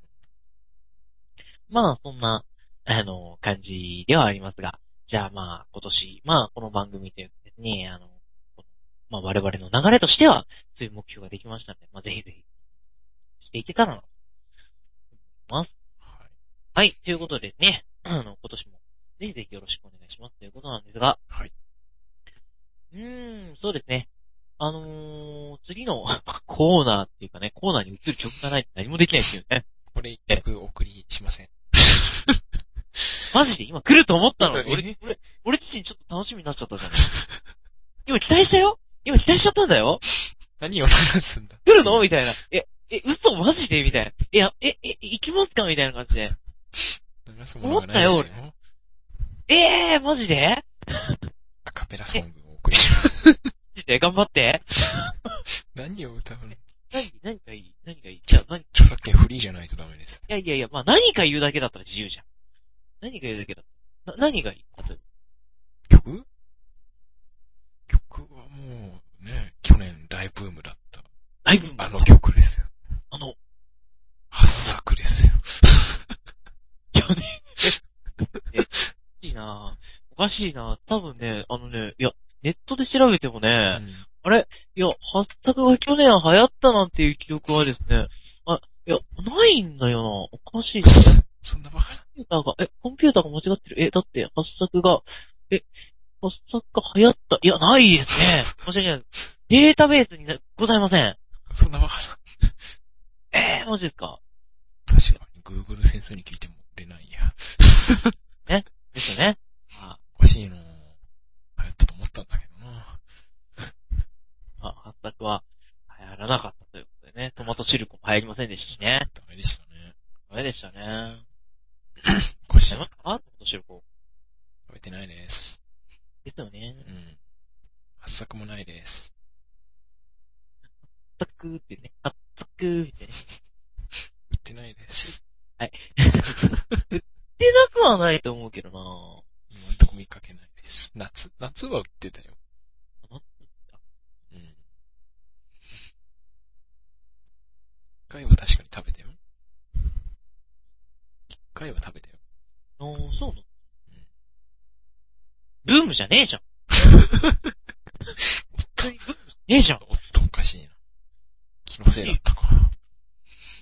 まあそんな、あの、感じではありますが、じゃあまあ今年、まあこの番組というかですね、あの、まあ我々の流れとしては、そういう目標ができましたので、まあぜひぜひ、していけたらなと思います。はい。はい、ということでですね、あの、今年もぜひぜひよろしくお願いしますということなんですが、 はい。 うーん、そうですね。あのー、次のコーナーっていうかね、コーナーに移る曲がないと何もできないですよね。 これ一曲お送りしません。 マジで今来ると思ったのに、俺、俺、俺自身ちょっと楽しみになっちゃったじゃん。今期待したよ今期待しちゃったんだよ何を流すんだ来るのみたいな。え、え、嘘マジでみたいな。いや、え、え、行きますかみたいな感じで。 流すものがないですよ。 思ったよ、俺。えー、マジでアカペラソングをお送りします。 マジで頑張って。 何を歌うの何、何がいい何がいいじゃあ何著作権フリーじゃないとダメです。 いやいやいや、まあ何か言うだけだったら自由じゃん。何か言うだけだったら。な、何がいい曲曲はもうね、去年大ブームだった。 大ブームあの曲ですよ。 あの、 八作ですよ。 去年。え、おかしいなおかしいな多分ね、あのね、いや、ネットで調べてもね、うん、あれいや、八作が去年流行ったなんていう記憶はですね、あ、いや、ないんだよなおかしい。 そんなバカな。 コンピューターが、え、コンピューターが間違ってる。え、だって、八作が、え、八作が流行った。いや、ないですね。申し訳ない。データベースにございません。 そんなバカな。えー、マジですか確かに、Google 先生に聞いても出ないや。 ねですよね。 あおかしいの。流行ったと思ったんだけどな。 あ、八作は流行らなかったということでね。トマトシルクも流行りませんでしたしね。 ダメでしたね。 ダメでしたね。 おかしい。 あ、トマトシルク食べてないです。 ですよね。 うん。八作もないです。 八作ってね。八作ってね。 売ってないです。 はい。売ってなくはないと思うけどなぁ。 今んとこ見かけないです。夏、夏は売ってたよ。 夏うん。一回は確かに食べたよ。一回は食べたよ。 ああ、そうなの、うん、ブームじゃねえじゃん。おっと、ブームじゃねえじゃん。 おっと、おかしいな。気のせいだったか。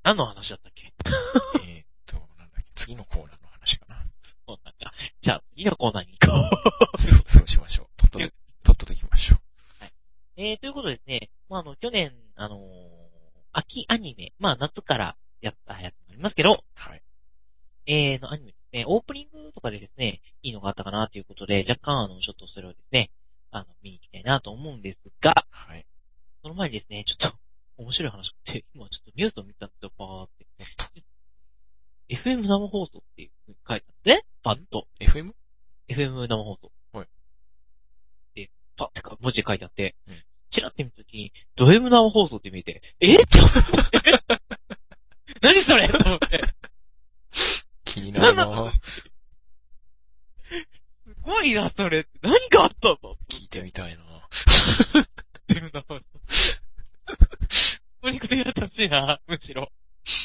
何の話だったっけ？ えーっと、なんだっけ、次のコーナーの話かな。 そうなんだ。じゃあ、次のコーナーに行こう。 そう、そうしましょう。とっとと、とっとと行きましょう。 はい。えー、ということでですね、まあ、あの、去年、あのー、秋アニメ、まあ、夏からやったやつもありますけど、 はい。 えー、のアニメですね、オープニングとかでですね、いいのがあったかなということで、若干、あの、ちょっとそれをですね、あの、見に行きたいなと思うんですが、 はい。 その前にですね、ちょっと、面白い話があって、今ちょっとニュースを見たんですよ、バーって。エフエム 生放送っていう風に書いてあってね、パッと。 エフエム？ エフエム 生放送。 はい。 で、パッてか文字で書いてあって、 うん。 チラッて見たときに、ド M 生放送って見て、えって思って何それと思って。 気になるなぁ。 すごいな、それって。何があったの聞いてみたいなぁ。 ド M 生放送。これくらいやってほしいな、むしろ。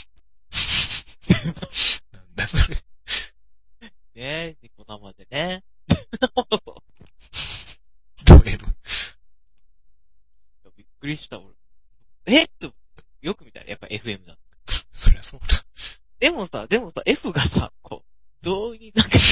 なんだそれ。 ねえ、ニコ生でね。生放送。 ド M。 びっくりした、俺。えっと、よく見たらやっぱ エフエム だ。 そりゃそうだ。 でもさ、でもさ、F がさ、こう、どうになんか、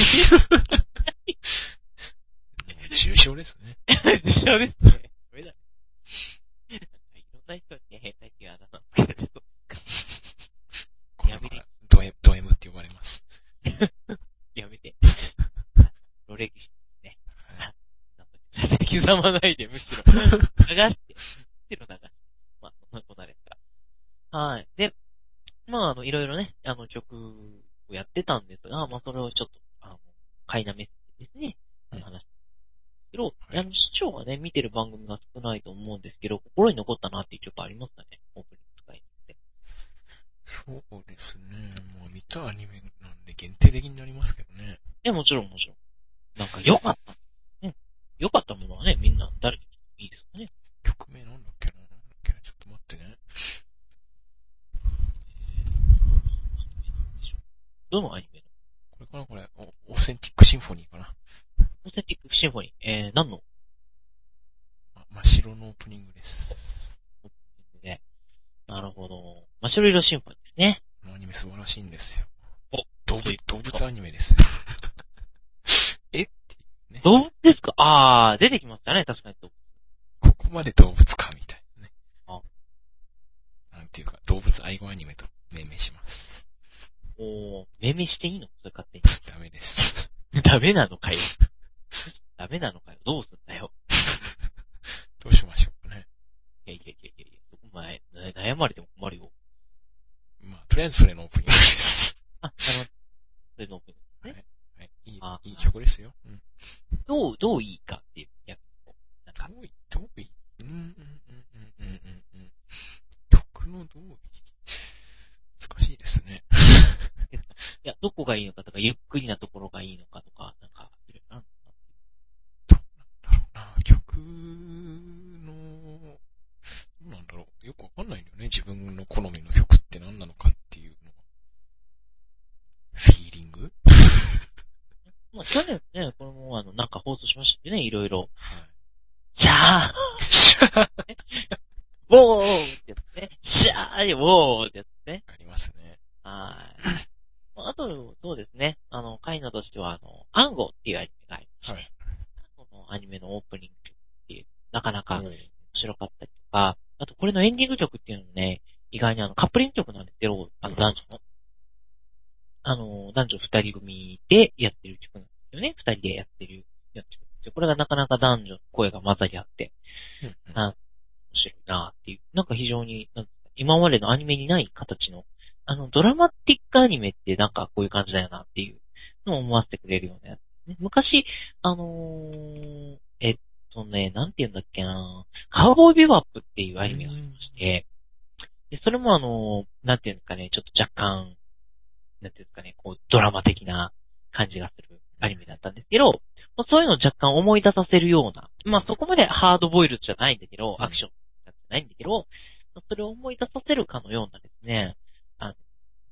重症ですね。 重症ですね。ダメだね。いろんな人にね、変態っていうあだ名をつけられそう。 やめて。ド M、ド M って呼ばれます。 やめて。ロレキシですね。はい。刻まないで、むしろ。流して。むしろ流して。まあ、そんなことですが。はい。で、まあ、あの、いろいろね、あの、曲をやってたんですが、まあ、それをちょっと、あの、買いなめですね、あの話してけど、 はい、 あの、視聴がね、見てる番組が少ないと思うんですけど、心に残ったなっていう曲ありますかね、オープニング使いって。 そうですね。まあ、見たアニメなんで限定的になりますけどね。 いや、もちろんもちろん。なんか、良かった。うん。良かったものはね、みんな誰かいいですかね。 曲名なんだっけな。なんだっけな。ちょっと待ってね。 どのアニメの？ これかなこれ。オーセンティックシンフォニーかな。 オーセンティックシンフォニー。えー、何の？ ま、真っ白のオープニングです。 オープニングで。なるほど。真っ白色シンフォニーですね。 このアニメ素晴らしいんですよ。 お、 動物、動物アニメですよ。えっていうね。 動物ですか？あー、出てきましたね、確かに。 ここまで動物か、みたいなね。 あ。 なんていうか、動物愛護アニメと命名します。 おー、命名していいの？それ勝手に。 ダメです。 ダメなのかよ。ダメなのかよ。どうすんだよ。 どうしましょうかね。 いやいやいやいやいや、そこ前、悩まれても困るよ。 まあ、とりあえずそれのオープニングです。 あ、あの、それのオープニングですね。 はい。はい。いい、 あいい曲ですよ。うん。 どう、どういいかっていう、やつを。なんか。 どういい、どういいうん、うん、うん、うん、うん、うん。曲のどういい難しいですね。 いや、どこがいいのかとか、ゆっくりなところがいいのかとか、なんか、いろいろあるのかどうなんだろうな。曲の、どうなんだろう。よくわかんないんだよね。自分の好みの曲って何なのかっていうのは。フィーリングまあ、去年ね、これもあの、なんか放送しましたよね、いろいろ。 はい。 シャーウォーってやつね。シャーウォーってやつね。 ありますね。 はい。あと、そうですね。あの、回のとしては、あの、アンゴっていうアニメがありまして、はい、このアニメのオープニング曲っていう、なかなか面白かったりとか、あとこれのエンディング曲っていうのもね、意外にあの、カップリング曲なんですけど、あの、男女の。あの、男女二人組でやってる曲なんですよね。二人でやってるやつ。これがなかなか男女の声が混ざり合って、うんうん、あ面白いなっていう。なんか非常に、なんか今までのアニメにない形の、あの、ドラマティックアニメってなんかこういう感じだよなっていうのを思わせてくれるようなやつですね。昔、あのー、えっとね、なんて言うんだっけな、カウボーイビバップっていうアニメがありまして、で、それもあのー、なんて言うんですかね、ちょっと若干、なんていうんですかね、こう、ドラマ的な感じがするアニメだったんですけど、まあ、そういうのを若干思い出させるような、まあそこまでハードボイルじゃないんだけど、アクションじゃないんだけど、それを思い出させるかのようなですね、あの、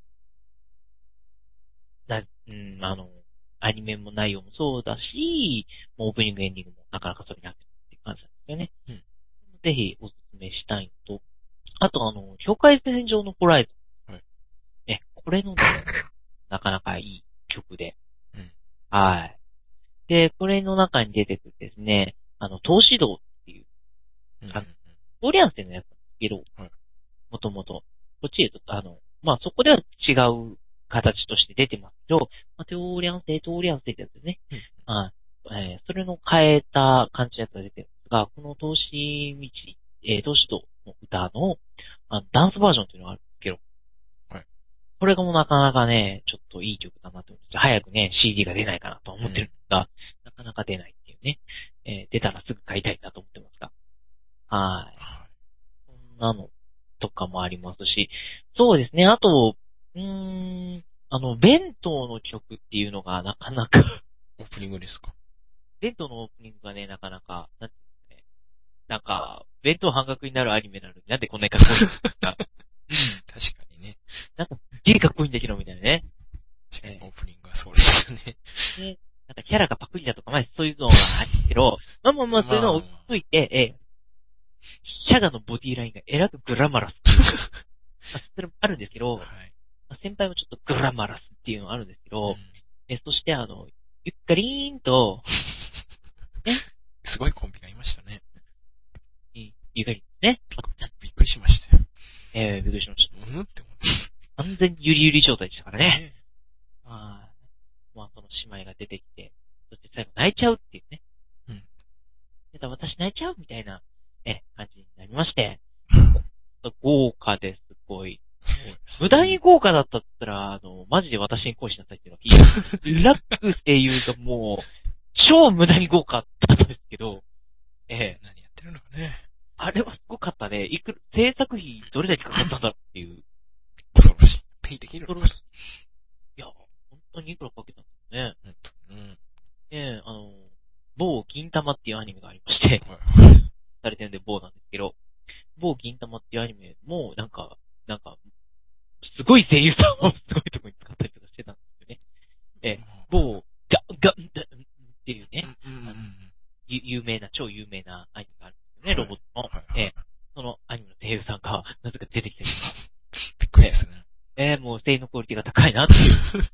だうん、あの、アニメも内容もそうだし、オープニングエンディングもなかなかそれになってるっていう感じなんですよね。うん、ぜひお勧めしたいのと、あとあの、境界線上のホライズン。はい、 これのね、なかなかいい曲で。 うん。 はい。で、これの中に出てくるですね、あの、東指導っていう、 うん。 あの、トーリアンセンのやつなんですけど、 はい。 もともと。こっちへと、あの、まあ、そこでは違う形として出てますけど、まあ、トーリアンセイ、トーリアンセイってやつですね。 うん。 はい。えーそれの変えた感じのやつが出てるんですが、この投資道、えー、投資道の歌の、あの、ダンスバージョンっていうのがあるんですけど、 はい。 これがもうなかなかね、ちょっといい曲だなと思って、早くね、シーディー が出ないかなと思ってるんですが、なかなか出ないっていうね。えー出たらすぐ買いたいなと思ってますが。はい。 はそんなのとかもありますし、そうですね、あと、うーん、あの、弁当の曲っていうのがなかなか、 い。オープニングですか？ 弁当のオープニングがね、なかなか、なんていうんですかね、なんか、弁当半額になるアニメなのになんでこんなにかっこいいんですか？ 確かにね。 なんか、すっげえかっこいいんだけど、みたいなね。 確かにえオープニングはそうでしたね。 ーで、なんかキャラがパクリだとか、まあそういうのはあるけど、まあまあまあそういうのを置いといて、えーシャガのボディラインがえらくグラマラスっていう、まあ、それもあるんですけど、 はい。 まあ先輩もちょっとグラマラスっていうのがあるんですけど、 うん。 えそしてあの、ゆっかりーんと、ね、 すごいコンビがいましたね。 ゆゆかりね、 びっびっくりしましたよ。 えー、びっくりしました。 うんって思って。 完全にゆりゆり状態でしたからね。 ね。 はい。まあ、その姉妹が出てきて、そして最後泣いちゃうっていうね。 うん。 だから私泣いちゃうみたいな、え、感じになりまして、豪華です、すごい。 そうです、ね。 無駄に豪華だったって言ったら、あの、マジで私に恋しなさいっていうのが聞いて、リラックスで言うともう、超無駄に豪華だったんですけど、ええ、 何やってるのかね。 あれはすごかったね。いくら、制作費どれだけかかったんだろうっていう。 恐ろしい。ペイできるのかな。 いや、本当にいくらかけたんだよね。 本当に。うん。 ええ、あの、某銀玉っていうアニメがありまして、 はいはい。 されてるんで某なんですけど、某銀玉っていうアニメも、なんか、なんか、すごい声優さんをすごいとこに使ったりとかしてたんですよね。ええ、某、ガ、ガ、ガっていうね、 うんうんうん。 ゆ有名な、超有名なアニメがあるんですよね、ロボットの。 はいはいはい、 ええ、そのアニメの声優さんが、なぜか出てきたりとか。 びっくりですね。 ええ、もう声優のクオリティが高いなっていう、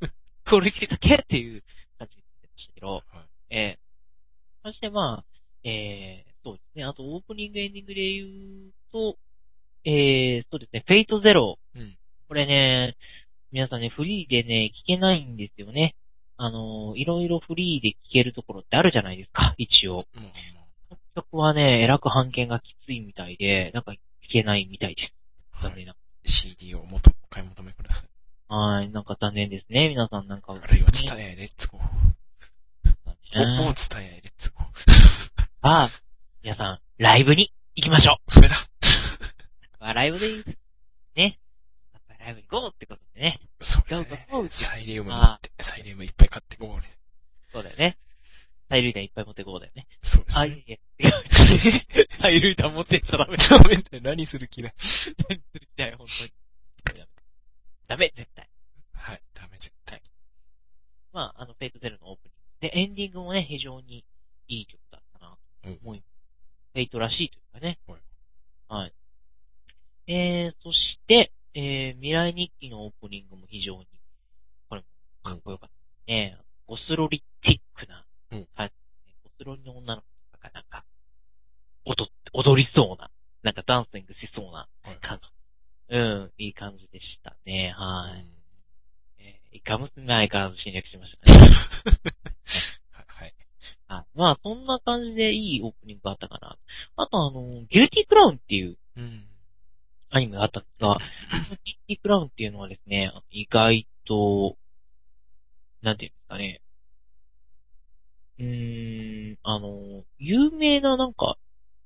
クオリティだけっていう感じになってましたけど、 はい。 ええ、そしてまあ、えー、そうですね。あとオープニングエンディングで言うと、えー、そうですね。フェイトゼロ。 うん。 これね、皆さんね、フリーでね、聞けないんですよね。あのー、いろいろフリーで聞けるところってあるじゃないですか、一応。 まあまこの曲はね、えらく半券がきついみたいで、なんか聞けないみたいです。 あ。はい。 残念な。 シーディー をもと、お買い求めください。 はい、なんか残念ですね。皆さんなんか、 あるいは、ツタヤへレッツゴー。 ね、 某ツタヤへレッツゴー。 ああ、皆さん、ライブに行きましょそれだ。 う。あライブでいいです。ね。やっぱりライブに行こうってことでね。 そうですね。 ゴーゴーゴーサイリウム持って、サイリウムいっぱい買ってこうね。 そうだよね。サイルイダーいっぱい持ってこうだよね。あ、いそうですね。 えいえ。サイルイダー持ってっちゃダメだ。 ダメだよ。何する気だ。 何する気だよ、本当に。ダメ、絶対。 はい。ダメ絶対。 まあ、あの、フェイトゼロのオープニング。で、エンディングもね、非常にいい曲だったなと思います。フェイトらしいというかね。 はい。 はい。えー、そして、えー、未来日記のオープニングも非常に、これもかっこよかったですね。ゴスロリティックな感じですね。ゴスロリの女の子とかがなんか、踊って、踊りそうな、なんかダンシングしそうな感じ。うん、いい感じでしたね。はい。えー、イカ娘は相変わらず侵略しましたね。 はい。 あ、まあ、そんな感じでいいオープニングがあったかな。あとあの、ギルティクラウンっていううん。 アニメがあったんですが、ギルティクラウンっていうのはですね、意外と、なんていうんですかね。うーん、あの、有名ななんか、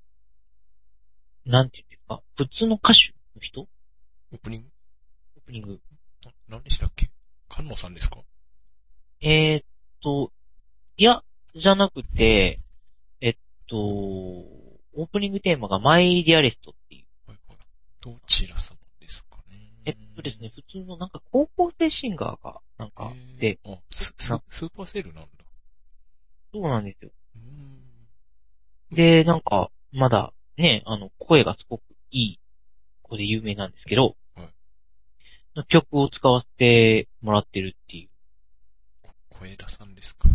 なんていうんですか、普通の歌手の人オープニングオープニング。 あ、何でしたっけ？菅野さんですか？ えー、っと、いや、じゃなくて、えっと、オープニングテーマがマイ・ディアレストっていう。 はいはい。どちら様ですかね。 えっとですね、普通のなんか高校生シンガーが、なんか、で、 あ、ス、ス、スーパーセールなんだ。 そうなんですよ。 うーん。 で、なんか、まだ、ね、あの、声がすごくいい子で有名なんですけど、 はい。 曲を使わせてもらってるっていう。 こ小枝さんですか？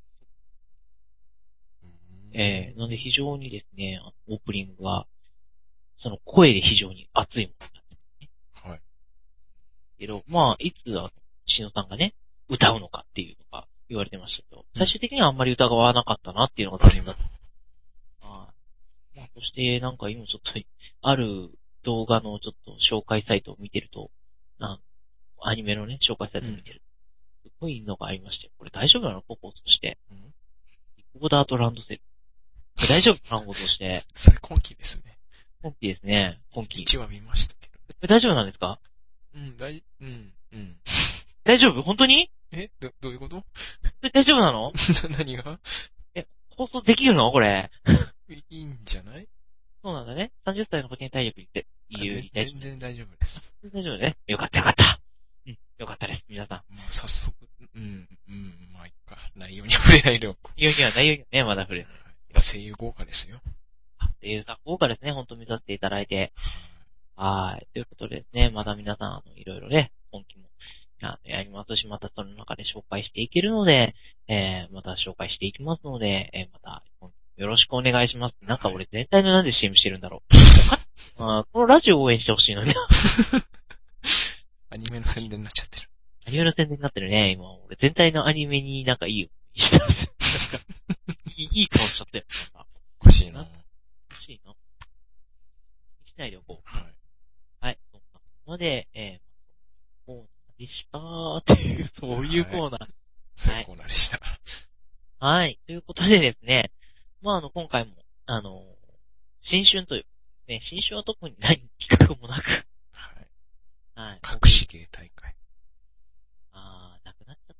えー、なんで非常にですね、オープニングは、その声で非常に熱いものなんですね。 はい。 けど、まあ、いつ、あの、しのさんがね、歌うのかっていうのが言われてましたけど、最終的にはあんまり疑わなかったなっていうのが残念だった。はい。まあ、そしてなんか今ちょっと、ある動画のちょっと紹介サイトを見てると、あアニメのね、紹介サイトを見てる。すごいのがありまして、これ大丈夫なのポポーズとして。リコーダーとランドセル。これ大丈夫なの放送して。 それ今期ですね。 今期ですね。今期。 いちわ見ましたけど。 これ大丈夫なんですか？ うん、大、うん、うん。 大丈夫？本当に？ えど、どういうこと？ これ大丈夫なの？ 何が？ え、放送できるのこれ。 いいんじゃない？ そうなんだね。さんじゅっさいの保険体力って言う。 全然大丈夫です。 全然大丈夫ね。よかったよかった。うん、よかったです、皆さん。 まあ、早速、うん、うん、まあ、いっか。内容に触れないでおこう。 内容には内容にはね、まだ触れない。 いや、声優豪華ですよ。 あ、声優さん豪華ですね、ほんと見させていただいて。はい。ということでですね、まだ皆さん、あの、いろいろね、今期も、あの、やりますし、またその中で紹介していけるので、えー、また紹介していきますので、えー、また、よろしくお願いします。なんか俺全体のなんで シーエム してるんだろう。あこのラジオを応援してほしいのに。 アニメの宣伝になっちゃってる。 アニメの宣伝になってるね、今。俺全体のアニメになんかいいよ。なんかいい、いい顔しちゃったよ。なんかおかしいな。 おかしいな。しないでおこう。 はい。 はい。そんなので、えー、コーナーでしたーっていう、そういうコーナー。はい、 そういうコーナーでした。 はい。ということでですね、まあ、あの、今回も、あの、新春という、ね、新春は特に何企画もなく、 はい。 はい。 隠し芸大会。 あー、なくなっちゃった。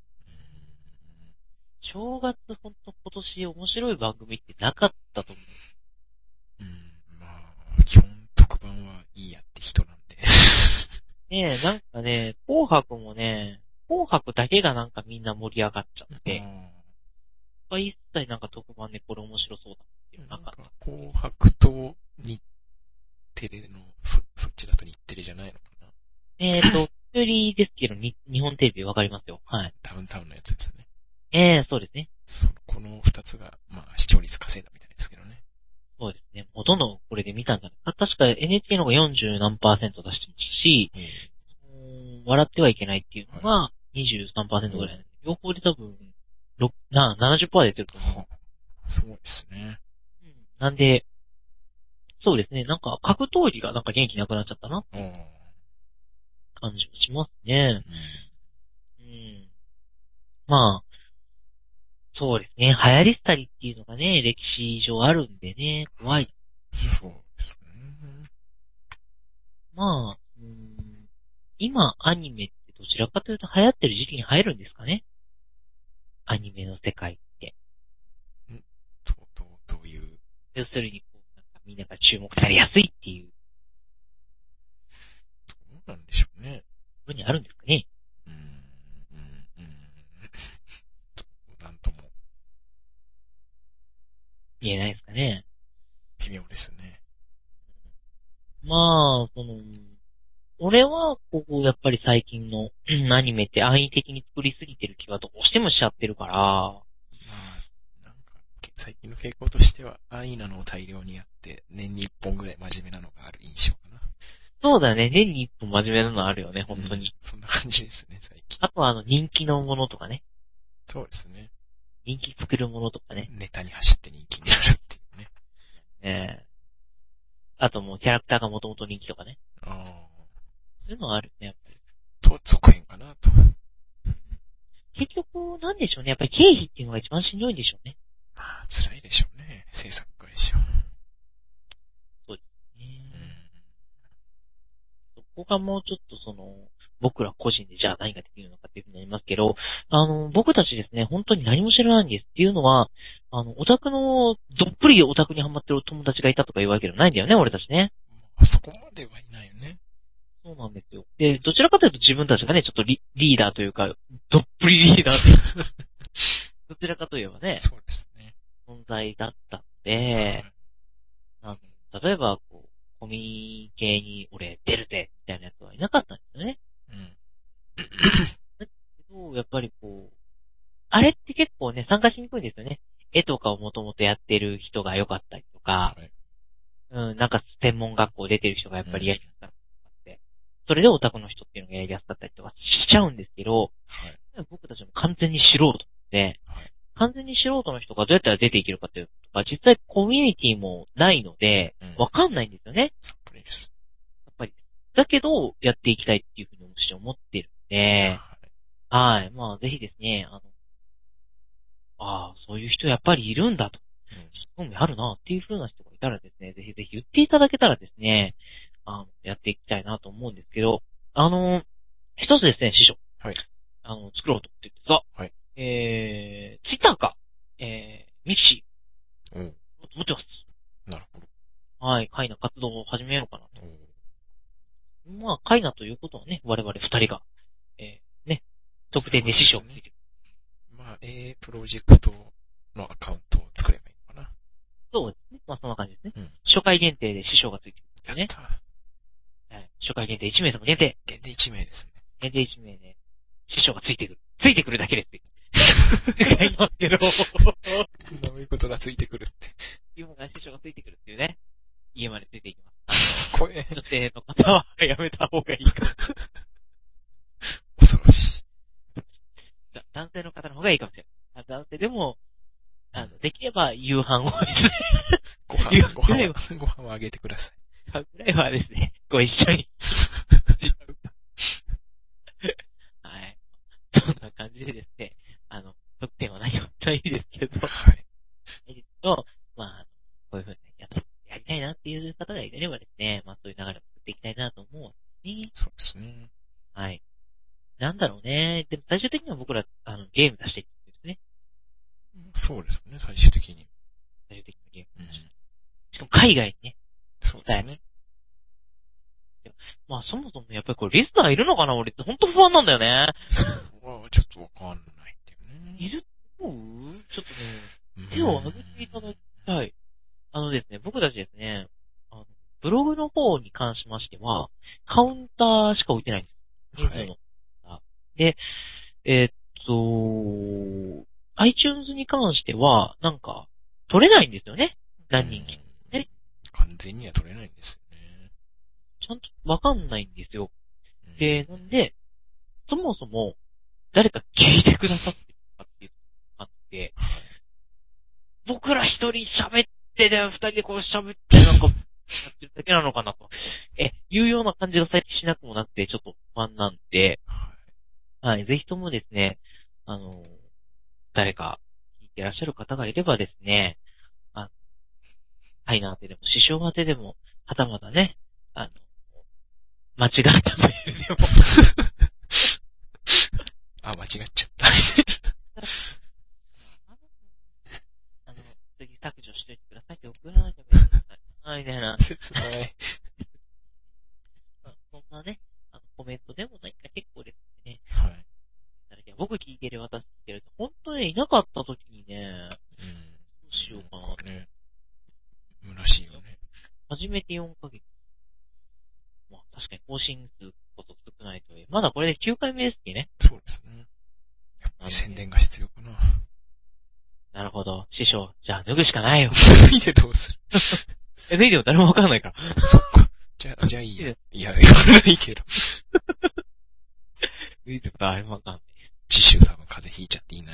正月ほんと今年面白い番組ってなかったと思う。 うん、まあ、基本特番はいいやって人なんで。 ねえ、なんかね、紅白もね、紅白だけがなんかみんな盛り上がっちゃって、一切なんか特番でこれ面白そうだっていうのなかった。 紅白と日テレの、そ、そっちだと日テレじゃないのかな。 えーと、一人ですけど、に、日本テレビわかりますよ。はい。 ダウンタウンのやつですね。 ええー、そうですね。 その、この二つが、まあ、視聴率稼いだみたいですけどね。 そうですね。ほとんどこれで見たんじゃないか。確か エヌエイチケー の方がよんじゅう何パーセント出してますし、うん、笑ってはいけないっていうのが にじゅうさんパーセント ぐらいなんで、両方で多分、ろく、な、ななじゅっパーセント出てると思う。 すごいですね。 うん。なんで、そうですね。なんか、格闘技がなんか元気なくなっちゃったな。感じがしますね。うん。うん、まあ、そうですね。流行り廃りっていうのがね、歴史上あるんでね、怖い。 そうですね。 まあ、うん、今アニメってどちらかというと流行ってる時期に入るんですかね？アニメの世界って。 んど、ど、どういう？ 要するに、こう、なんかみんなが注目されやすいっていう。 どうなんでしょうね。 どこにあるんですかね？ うーん、うん、うん。なんとも。 言えないですかね。 微妙ですね。 まあ、その、俺は、ここ、やっぱり最近のアニメって安易的に作りすぎてる気はどうしてもしちゃってるから。まあ、なんか、最近の傾向としては、安易なのを大量にやって、年に一本ぐらい真面目なのがある印象かな。 そうだね。年に一本真面目なのあるよね、本当に。うん、 そんな感じですね、最近。 あとは、あの、人気のものとかね。 そうですね。 人気作るものとかね。 ネタに走って人気になるっていうね。 ねえ。あともうキャラクターがもともと人気とかね。 ああ。 そういうのはあるね、やっぱり。 と、続編かなと。 結局、なんでしょうね。やっぱり経費っていうのが一番しんどいんでしょうね。 まあ、辛いでしょうね。制作会社。 そうですね。うん、そこがもうちょっとその、僕ら個人でじゃあ何ができるのかっていうふうになりますけど、あの、僕たちですね、本当に何も知らないんですっていうのは、あの、オタクの、どっぷりオタクにハマってる友達がいたとかいうわけではないんだよね、俺たちね。 あそこまではいないよね。 そうなんですよ。で、どちらかというと自分たちがね、ちょっとリリーダーというか、どっぷりリーダーというか、どちらかといえばね、 そうですね。 存在だったんで、はい、あの例えば、こう、コミケに俺出るぜ、みたいなやつはいなかったんですよね。 うん。 だけど、やっぱりこう、あれって結構ね、参加しにくいんですよね。絵とかをもともとやってる人が良かったりとか、 はい。 うん、なんか専門学校出てる人がやっぱりやりやすかったりとかって、それでオタクの人っていうのがやりやすかったりとかしちゃうんですけど、 はい。 僕たちも完全に素人で、 はい。 完全に素人の人がどうやったら出ていけるかっていうとか、実際コミュニティもないのでうん、 わかんないんですよね。 さっぱりです。 やっぱり。だけど、やっていきたいっていうふうに思ってるんで、 はい。 はい。まあ、ぜひですね、あの、ああ、そういう人やっぱりいるんだと。 うん。 興味あるなっていう風な人がいたらですね、ぜひぜひ言っていただけたらですね、あの、やっていきたいなと思うんですけど、あの、一つですね、師匠。 はい。 あの、作ろうとって言ってさ、 はい。 えー、ツイッターか、えー、ミクシおう。 ー、持ってます。 なるほど。 はい、カイナ活動を始めようかなおう。 と。まあ、カイナということはね、我々二人が、えー、ね、特典で師匠をついてる。 まあ、A プロジェクトのアカウントを作ればいいのかな。 そうですね。まあ、そんな感じですね。 うん。 初回限定で師匠がついてるんですよね。 やった。 はい。初回限定いち名様限定。 限定いち名ですね。 限定いち名で、師匠がついてくる。ついてくるだけです。書いますけど。 どういうことだ、ついてくるって。 いうのが師匠がついてくるっていうね。家までついていきます。 怖え。 女性の方はやめた方がいいかも。 恐ろしい。 男性の方の方がいいかもしれない。男性でも、あの、できれば夕飯をですね。 ご飯、ご飯は、ご飯はあげてください。 ぐらいはですね、ご一緒に。はい。そんな感じでですね、あの、特典は何もないですけど、 はい。 いいですけど、まあ、こういうふうにやっやりたいなっていう方がいればですね、まあそういう流れを作っていきたいなと思うんですね。 そうですね。 はい。なんだろうね。でも最終的には僕ら、あの、ゲーム出していくんですね。 そうですね、最終的に。 最終的にゲームうん。 出して。しかも海外にね。 そうですね。 まあそもそもやっぱりこれリスナーいるのかな俺って本当不安なんだよね。 そこはちょっとわかんないっていうね。 いると思うちょっとね、手を挙げていただきたい。あのですね、僕たちですね、あの、ブログの方に関しましては、カウンターしか置いてないんです。 はい。 で、えーっと、iTunes に関しては、なんか、取れないんですよね。何人来て、ね。 完全には取れないんですよね。 ちゃんとわかんないんですよ。 うん、 で、なんで、そもそも、誰か聞いてくださってるかっていうのがあって、 はい、 僕ら一人喋ってで、二人でこう喋ってなんか、やってるだけなのかなと、え、いうような感じが最近しなくもなくて、ちょっと不安なんで、はい、はい、ぜひともですね、あの、誰か聞いてらっしゃる方がいればですね、あ、タイナー宛てでも、師匠宛てでも、はたまたね、あの、間違ったメールでも、 あ、間違っちゃった。 あの、次削除しといてくださいって送らなきゃいけない。みたいな。 切ない。 そんなね、あの、コメントでも何か結構ですね。 はい。 僕聞いてる、私聞いてると、本当にいなかった時にね、 うん。 どうしようかな。 ね。虚しいよね。 初めてよんかげつ。まあ、確かに更新数こそ少ないとはいえ、まだこれできゅうかいめですっけね。 そうですね。やっぱり宣伝が必要かな。 なるほど。師匠、じゃあ脱ぐしかないよ。 脱いでどうするえ、脱いでも誰もわかんないから。 そっか。じゃあ、じゃあいいや。いや、言わないけど。 脱いでも誰もわかんない。 次週多分風邪ひいちゃっていない。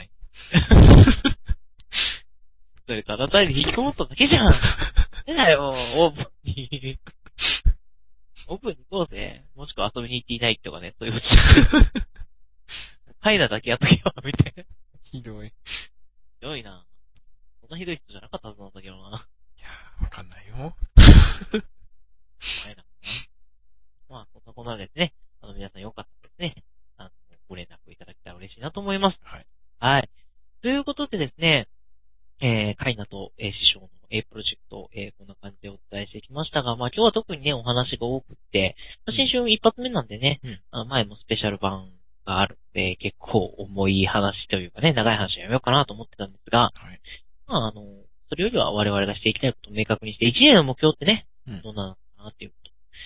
それただ単に引きこもっただけじゃん。ねだよ、オープンに。オープンに行こうぜ。もしくは遊びに行っていないとかね、そういう。カイナだけやっとけよ、みたいな。 ひどい。 ひどいな。そんなひどい人じゃなかったはずなんだけどな。 いやー、わかんないよ。 カイナ。まあ、そんなこんなですね。あの、皆さんよかったですね。あの、ご連絡いただけたら嬉しいなと思います。 はい。 はい。ということでですね、えー、カイナと、えー、師匠の A プロジェクト、えー、こんな感じでお伝えしてきましたが、まあ今日は特にね、お話が多くって、まあ、新春一発目なんでね、うん、あの前もスペシャル版があるので、結構重い話というかね、長い話はやめようかなと思ってたんですが、はい、まああの、それよりは我々がしていきたいことを明確にして、いちねんの目標ってね、うん、どうなのかなっていうことを、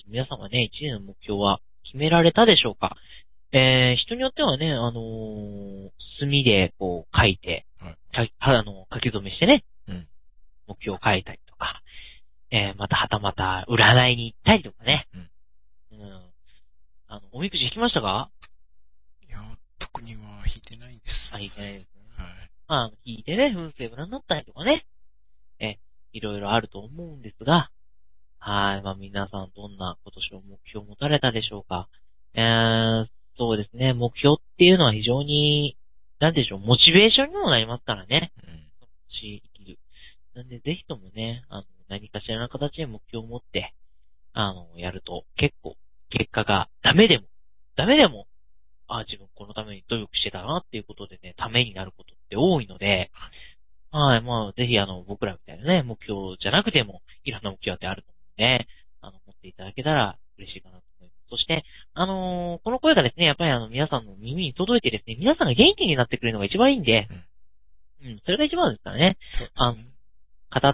皆さんはね、一年の目標は決められたでしょうか？えー、人によってはね、あのー、墨でこう書いて、はい、あの、書き初めしてね、うん、目標を書いたりとか、えー、またはたまた占いに行ったりとかね。うん。うん、あの、おみくじ引きましたか？ いや、特には引いてないです。 あ、引いてないですね。はい。まあ、引いてね、運勢占になったりとかね。え、いろいろあると思うんですが、はい。まあ、皆さんどんな今年の目標を持たれたでしょうか？えー、そうですね。目標っていうのは非常に、なんでしょう、モチベーションにもなりますからね。うん。生きる。なんで、ぜひともね、あの、何かしらの形で目標を持って、あの、やると、結構、結果がダメでも、ダメでも、あ、自分このために努力してたなっていうことでね、ためになることって多いので、はい、まあ、ぜひあの、僕らみたいなね、目標じゃなくても、いろんな目標ってあると思うので、あの、持っていただけたら嬉しいかなと思います。そして、あのー、この声がですね、やっぱりあの、皆さんの耳に届いてですね、皆さんが元気になってくれるのが一番いいんで、うん、うん、それが一番ですからね。そうですね。あの、語って、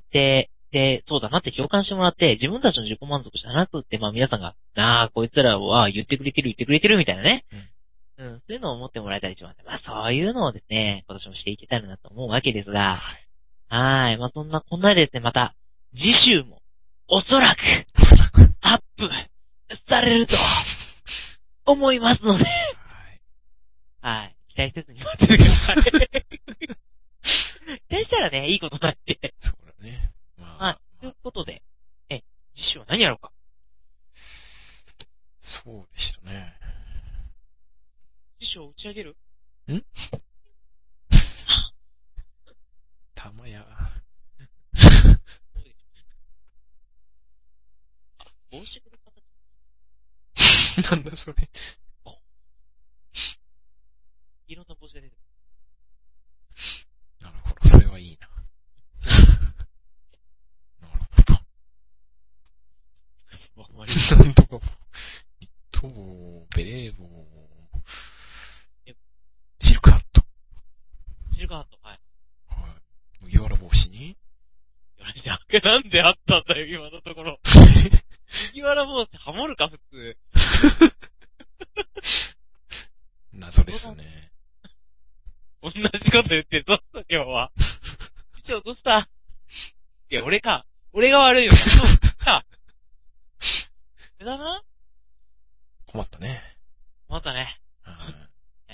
で、そうだなって共感してもらって、自分たちの自己満足じゃなくって、まあ皆さんが、なあ、こいつらは言ってくれてる、言ってくれてるみたいなね。うん、うん、そういうのを思ってもらえたら一番で、まあそういうのをですね、今年もしていけたらなと思うわけですが、はい。まあそんな、こんなでですね、また、次週も、おそらく、アップされると、思いますので、はい。期待せずに待っててください。期待したらね、いいことになって。 そうだね。 まあ、はい。ということで、え、次週は何やろうか？ そうでしたね。 次週を打ち上げる？ んたまや。 帽子くる形なんだそれ。 いろんな帽子が出てる。 なるほど、それはいいな。なるほど。なんとか、ニット帽、ベレー帽、シルクハット。 シルクハット、はい。 はい。麦わら帽子になんであったんだよ、今のところ。麦わら帽子ハモるか、普通。 謎ですね。 同じこと言ってどうした今日は。市長どうした？いや、俺か。俺が悪いよ。そうか。えだな？ 困ったね。 困ったね。 はい。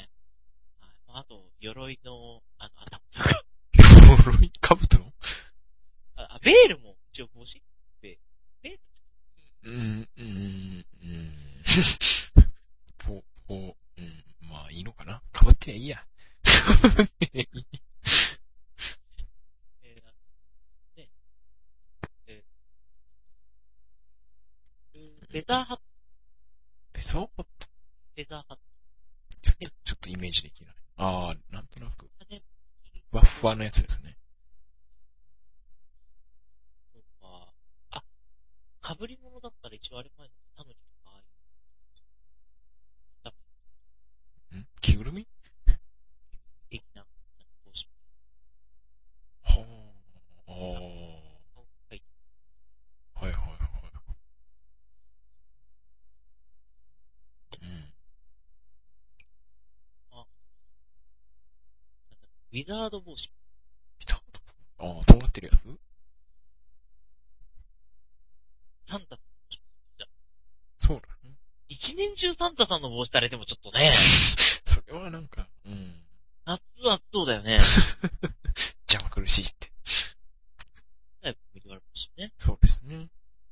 あと、鎧の、あの、頭とか。鎧かぶとのあ、ベールも一応帽子ベール。ベールうん、うん、うん。ぽ、ぽ、うん。まあいいのかな。かぶってりゃいいや。かぶってりゃいい。 えー、ね。えー、ベザーハット。 ベザーハットベザーハット。 ちょっと、ちょっとイメージできない。ああ、なんとなく。ワッファーのやつですね。 あ、被り物だったら一応あれ前のタヌキとかああいう。ん着ぐるみ的な、なんか帽子。 はあ。ああ。はい。はいはいはい。うん。 あ、ウィザード帽子。 ウィザードああ、尖ってるやつサンタ。 そうだね。 一年中サンタさんの帽子されてもちょっとね。 それはなんか、うん。 夏はそうだよね。 邪魔苦しいって。 はい、麦わら帽子ね。 そうですね。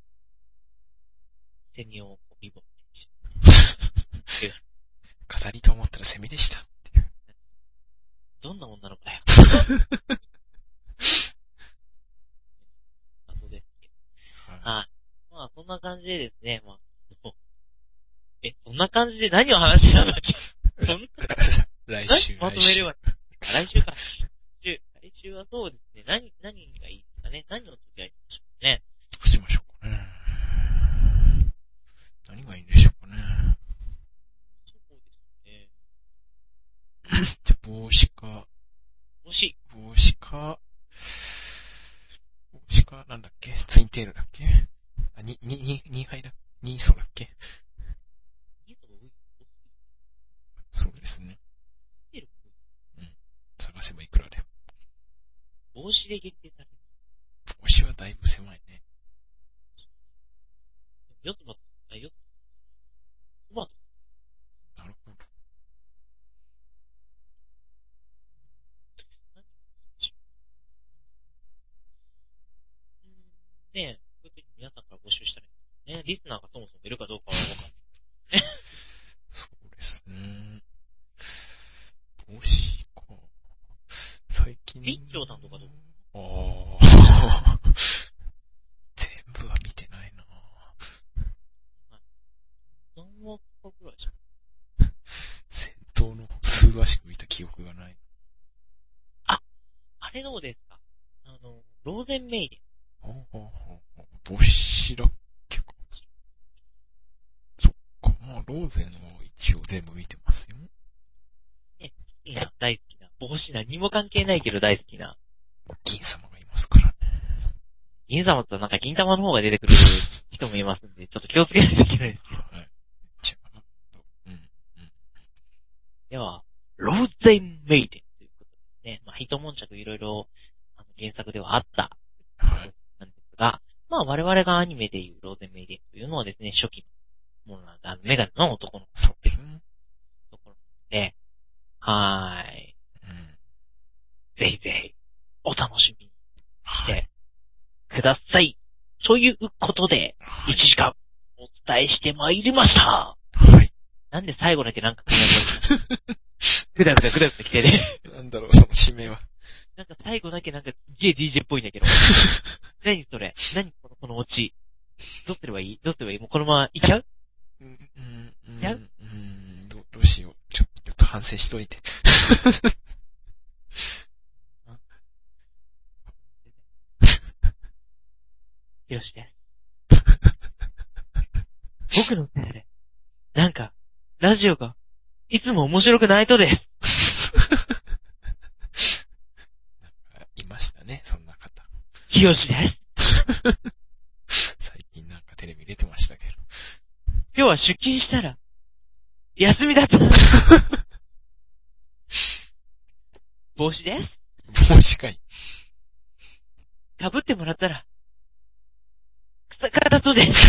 セミをリボンで。 飾りと思ったらセミでしたっていう。 どんな女の子だよ。あ、そうですけど。はい。あ、まあ、そんな感じでですね、まあ、え、そんな感じで何を話してたんだっけ？そんな来週、 まとめれば。来週か。来週、来週はそうですね。何、何がいいですかね。何を取り上げましょうね。 どうしましょうかね。何がいいんでしょうかね。 そうですね。 じゃ、帽子か。 帽子。 帽子か。帽子か、なんだっけツインテールだっけあ、に、に、に、にはいだ、にそうだっ帽子で限定される。 帽子はだいぶ狭いね。 よつばと、あ、よつばと。 なるほど。 ねえ、そういう時皆さんから募集したらいいね。リスナーがそもそもいるかどうかは分かんない。 そうですね。帽子か。最近。 一丁さんとかどう？ ああ。全部は見てないな。 何話かぐらいじゃん。 戦闘の数話しか見た記憶がない。 あ、あれどうですか？あの、ローゼンメイデン。 ああ、帽子だっけか。そっか、まあ、ローゼンは一応全部見てますよ。 ね、好きな、大好きな。帽子何も関係ないけど大好きな。 銀様がいますからね。 銀様となんか銀玉の方が出てくる人もいますんで、ちょっと気をつけないといけないですよ。 はい。じゃあ、うん、うん。 では、ローゼンメイデンということですね。まあ、一悶着いろいろ、あの、原作ではあった。 はい。 なんですが、まあ、我々がアニメでいうローゼンメイデンというのはですね、初期のものなんで、あの、メガネの男の子そうですね。 ところで、はーい。 うん。 ぜひぜひ、お楽しみにしはい。 てください。ということで、 はいいちじかんお伝えしてまいりました。 はい。 なんで最後だけなんか考えてるぐだぐだぐだぐだ来てね。 なんだろう、その締めは。 なんか最後だけなんかすげえ ディージェー っぽいんだけど。何それ？何この、このオチ。どうすればいい？どうすればいい？もうこのままいっちゃう？ うん、うん、うん。 いやうん、ど、どうしよう。ちょっと、ちょっと反省しといて。 ひろしです。僕のせいで、なんか、ラジオが、いつも面白くないとです。 いましたね、そんな方。 ひろしです。 最近なんかテレビ出てましたけど。 今日は出勤したら、休みだった。帽子です。 帽子かい。 被ってもらったら、草からとです。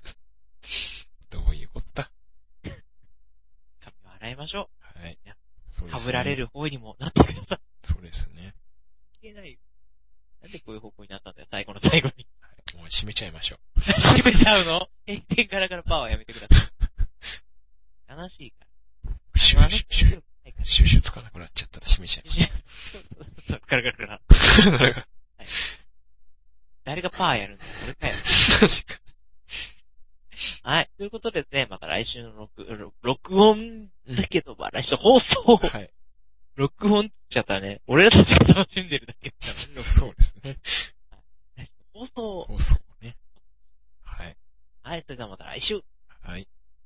どういうこった？ 髪を洗いましょう。 はい。 そうですね。被られる方にもなってください。 そうですね。 いけないよ。なんでこういう方向になったんだよ、最後の最後に。 はい、もう閉めちゃいましょう。 閉めちゃうの？閉店ガラガラパワーやめてください。悲しいから。 シュッシュッシュッシュッシュッつかなくなっちゃったら閉めちゃいましょう。 ガラガラガラ。はい。誰がパワーやるんだよ、俺かよ。 確かに。 はい。ということでですね、また来週の録、録音だけど、まあ来週放送。 はい。 録音って言っちゃったらね、俺らたちが楽しんでるだけだからね。 そうですね。 放送。 放送ね。はい。 はい、それではまた来週。 はい。